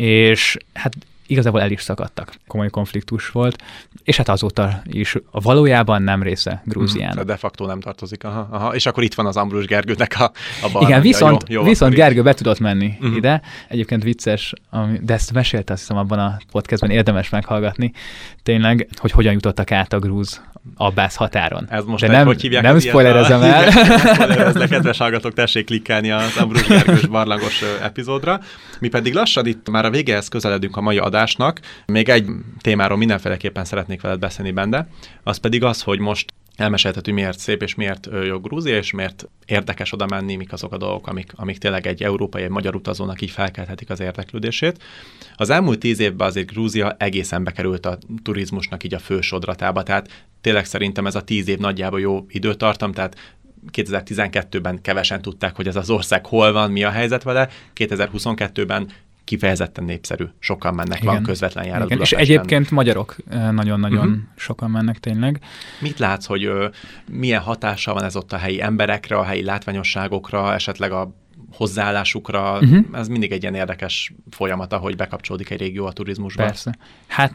és hát igazából el is szakadtak. Komoly konfliktus volt, és hát azóta is valójában nem része Grúziának. Mm, de facto nem tartozik. Aha, aha. És akkor itt van az Ambrus Gergőnek a, a bal. Igen, viszont, jó, jó, viszont Gergő be tudott menni uh-huh. ide. Egyébként vicces, de ezt mesélte, azt hiszem abban a podcastben, érdemes meghallgatni, tényleg, hogy hogyan jutottak át a grúz abbász határon. Ez most de egy, nem, hogy hívják? Nem spoilerezem el. Spoilerezle, kedves hallgatók, tessék klikkelni az Ambrus Gergős barlangos epizódra. Mi pedig lassan itt már a végéhez közeledünk a mai adásnak. Még egy témáról mindenféleképpen szeretnék veled beszélni benne, az pedig az, hogy most elmesélted, hogy miért szép és miért jó Grúzia, és miért érdekes oda menni, mik azok a dolgok, amik, amik tényleg egy európai, egy magyar utazónak így felkelthetik az érdeklődését. Az elmúlt tíz évben azért Grúzia egészen bekerült a turizmusnak így a fősodratába, tehát tényleg szerintem ez a tíz év nagyjából jó időtartam, tehát kétezer-tizenkettőben kevesen tudták, hogy ez az ország hol van, mi a helyzet vele, kétezer-huszonkettőben kifejezetten népszerű. Sokan mennek, igen, van közvetlen járat Budapesten. És egyébként magyarok nagyon-nagyon uh-huh. sokan mennek tényleg. Mit látsz, hogy ö, milyen hatással van ez ott a helyi emberekre, a helyi látványosságokra, esetleg a hozzáállásukra? Uh-huh. Ez mindig egy ilyen érdekes folyamata, hogy bekapcsolódik egy régió a turizmusba. Persze. Hát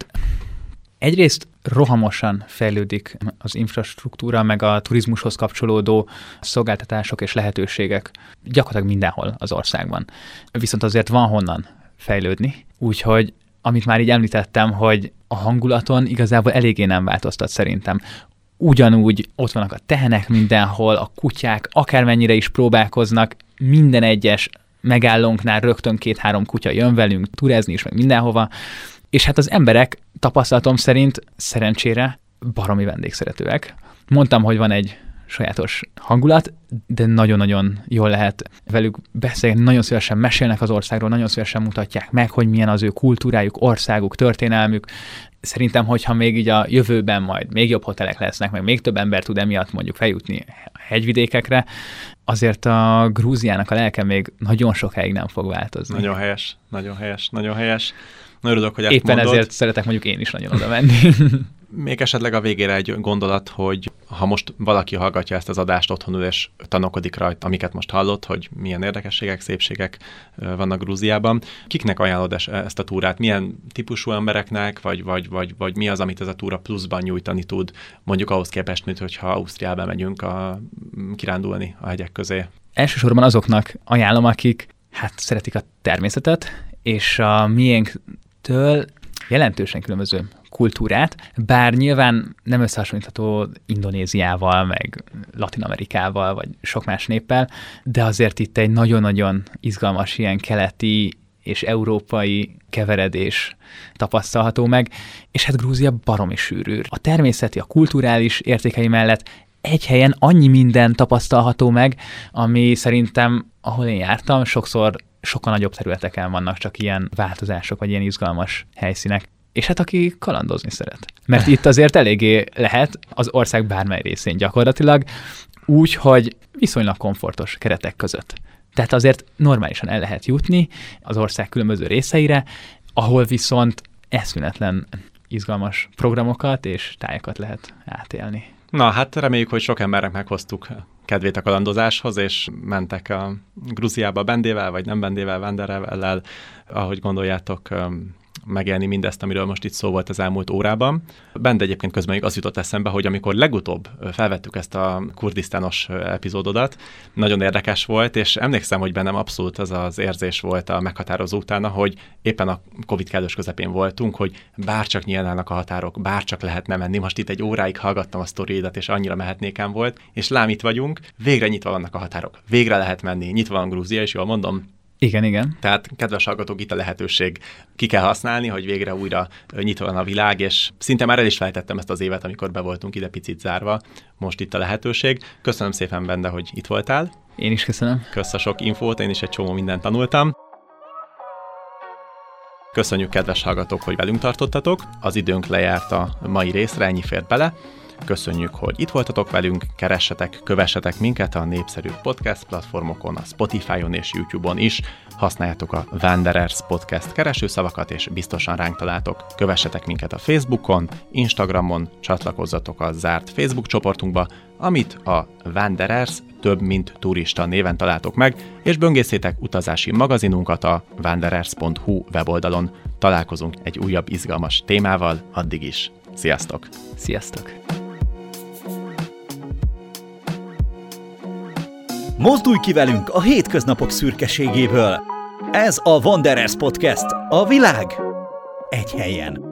egyrészt rohamosan fejlődik az infrastruktúra, meg a turizmushoz kapcsolódó szolgáltatások és lehetőségek gyakorlatilag mindenhol az országban. Viszont azért van honnan fejlődni, úgyhogy amit már így említettem, hogy a hangulaton igazából eléggé nem változtat szerintem. Ugyanúgy ott vannak a tehenek mindenhol, a kutyák, akármennyire is próbálkoznak, minden egyes megállónknál rögtön két-három kutya jön velünk turázni is, meg mindenhova. És hát az emberek tapasztalatom szerint szerencsére baromi vendégszeretőek. Mondtam, hogy van egy sajátos hangulat, de nagyon-nagyon jól lehet velük beszélni, nagyon szívesen mesélnek az országról, nagyon szívesen mutatják meg, hogy milyen az ő kultúrájuk, országuk, történelmük. Szerintem, hogyha még így a jövőben majd még jobb hotelek lesznek, meg még több ember tud emiatt mondjuk feljutni a hegyvidékekre, azért a Grúziának a lelke még nagyon sokáig nem fog változni. Nagyon helyes, nagyon helyes, nagyon helyes. Nagyon örülök, hogy ezt éppen mondod. Ezért szeretek mondjuk én is nagyon oda menni. Még esetleg a végére egy gondolat, hogy ha most valaki hallgatja ezt az adást otthonul, és tanokodik rajta, amiket most hallott, hogy milyen érdekességek, szépségek vannak Grúziában, kiknek ajánlod ezt a túrát? Milyen típusú embereknek, vagy, vagy, vagy, vagy mi az, amit ez a túra pluszban nyújtani tud, mondjuk ahhoz képest, mint hogyha Ausztriába megyünk a, kirándulni a hegyek közé? Elsősorban azoknak ajánlom, akik hát szeretik a természetet, és a miénktől jelentősen különböző kultúrát, bár nyilván nem összehasonlítható Indonéziával, meg Latin-Amerikával, vagy sok más néppel, de azért itt egy nagyon-nagyon izgalmas ilyen keleti és európai keveredés tapasztalható meg, és hát Grúzia baromi sűrű. A természeti, a kulturális értékei mellett egy helyen annyi minden tapasztalható meg, ami szerintem, ahol én jártam, sokszor sokkal nagyobb területeken vannak csak ilyen változások, vagy ilyen izgalmas helyszínek. És hát aki kalandozni szeret. Mert itt azért eléggé lehet az ország bármely részén gyakorlatilag, úgy, hogy viszonylag komfortos keretek között. Tehát azért normálisan el lehet jutni az ország különböző részeire, ahol viszont eszméletlen izgalmas programokat és tájakat lehet átélni. Na, hát reméljük, hogy sok embernek meghoztuk kedvét a kalandozáshoz, és mentek a Grúziába Bendével, vagy nem Bendével, Wandererrel, ahogy gondoljátok, megélni mindezt, amiről most itt szó volt az elmúlt órában. Bende egyébként közben még az jutott eszembe, hogy amikor legutóbb felvettük ezt a kurdisztános epizódodat, nagyon érdekes volt, és emlékszem, hogy bennem abszolút az az érzés volt a meghatározó utána, hogy éppen a Covid kellős közepén voltunk, hogy bárcsak nyílnának a határok, bárcsak lehetne menni. Most itt egy óráig hallgattam a sztoridat, és annyira mehetnékem volt, és lám itt vagyunk, végre nyitva vannak a határok, végre lehet menni, nyitva van Grúzia, és jól mondom. Igen, igen. Tehát, kedves hallgatók, itt a lehetőség ki kell használni, hogy végre újra nyitva van a világ, és szinte már el is felejtettem ezt az évet, amikor be voltunk ide picit zárva. Most itt a lehetőség. Köszönöm szépen, Bende, hogy itt voltál. Én is köszönöm. Kösz a sok infót, én is egy csomó mindent tanultam. Köszönjük, kedves hallgatók, hogy velünk tartottatok. Az időnk lejárt a mai részre, ennyi fért bele. Köszönjük, hogy itt voltatok velünk, keressetek, kövessetek minket a népszerű podcast platformokon, a Spotify-on és YouTube-on is. Használjátok a Wanderers Podcast keresőszavakat, és biztosan ránk találtok. Kövessetek minket a Facebookon, Instagramon, csatlakozzatok a zárt Facebook csoportunkba, amit a Wanderers több mint turista néven találtok meg, és böngészétek utazási magazinunkat a wanderers pont hu weboldalon. Találkozunk egy újabb izgalmas témával, addig is. Sziasztok! Sziasztok! Mozdulj ki velünk a hétköznapok szürkeségéből! Ez a Wanderers Podcast, a világ egy helyen.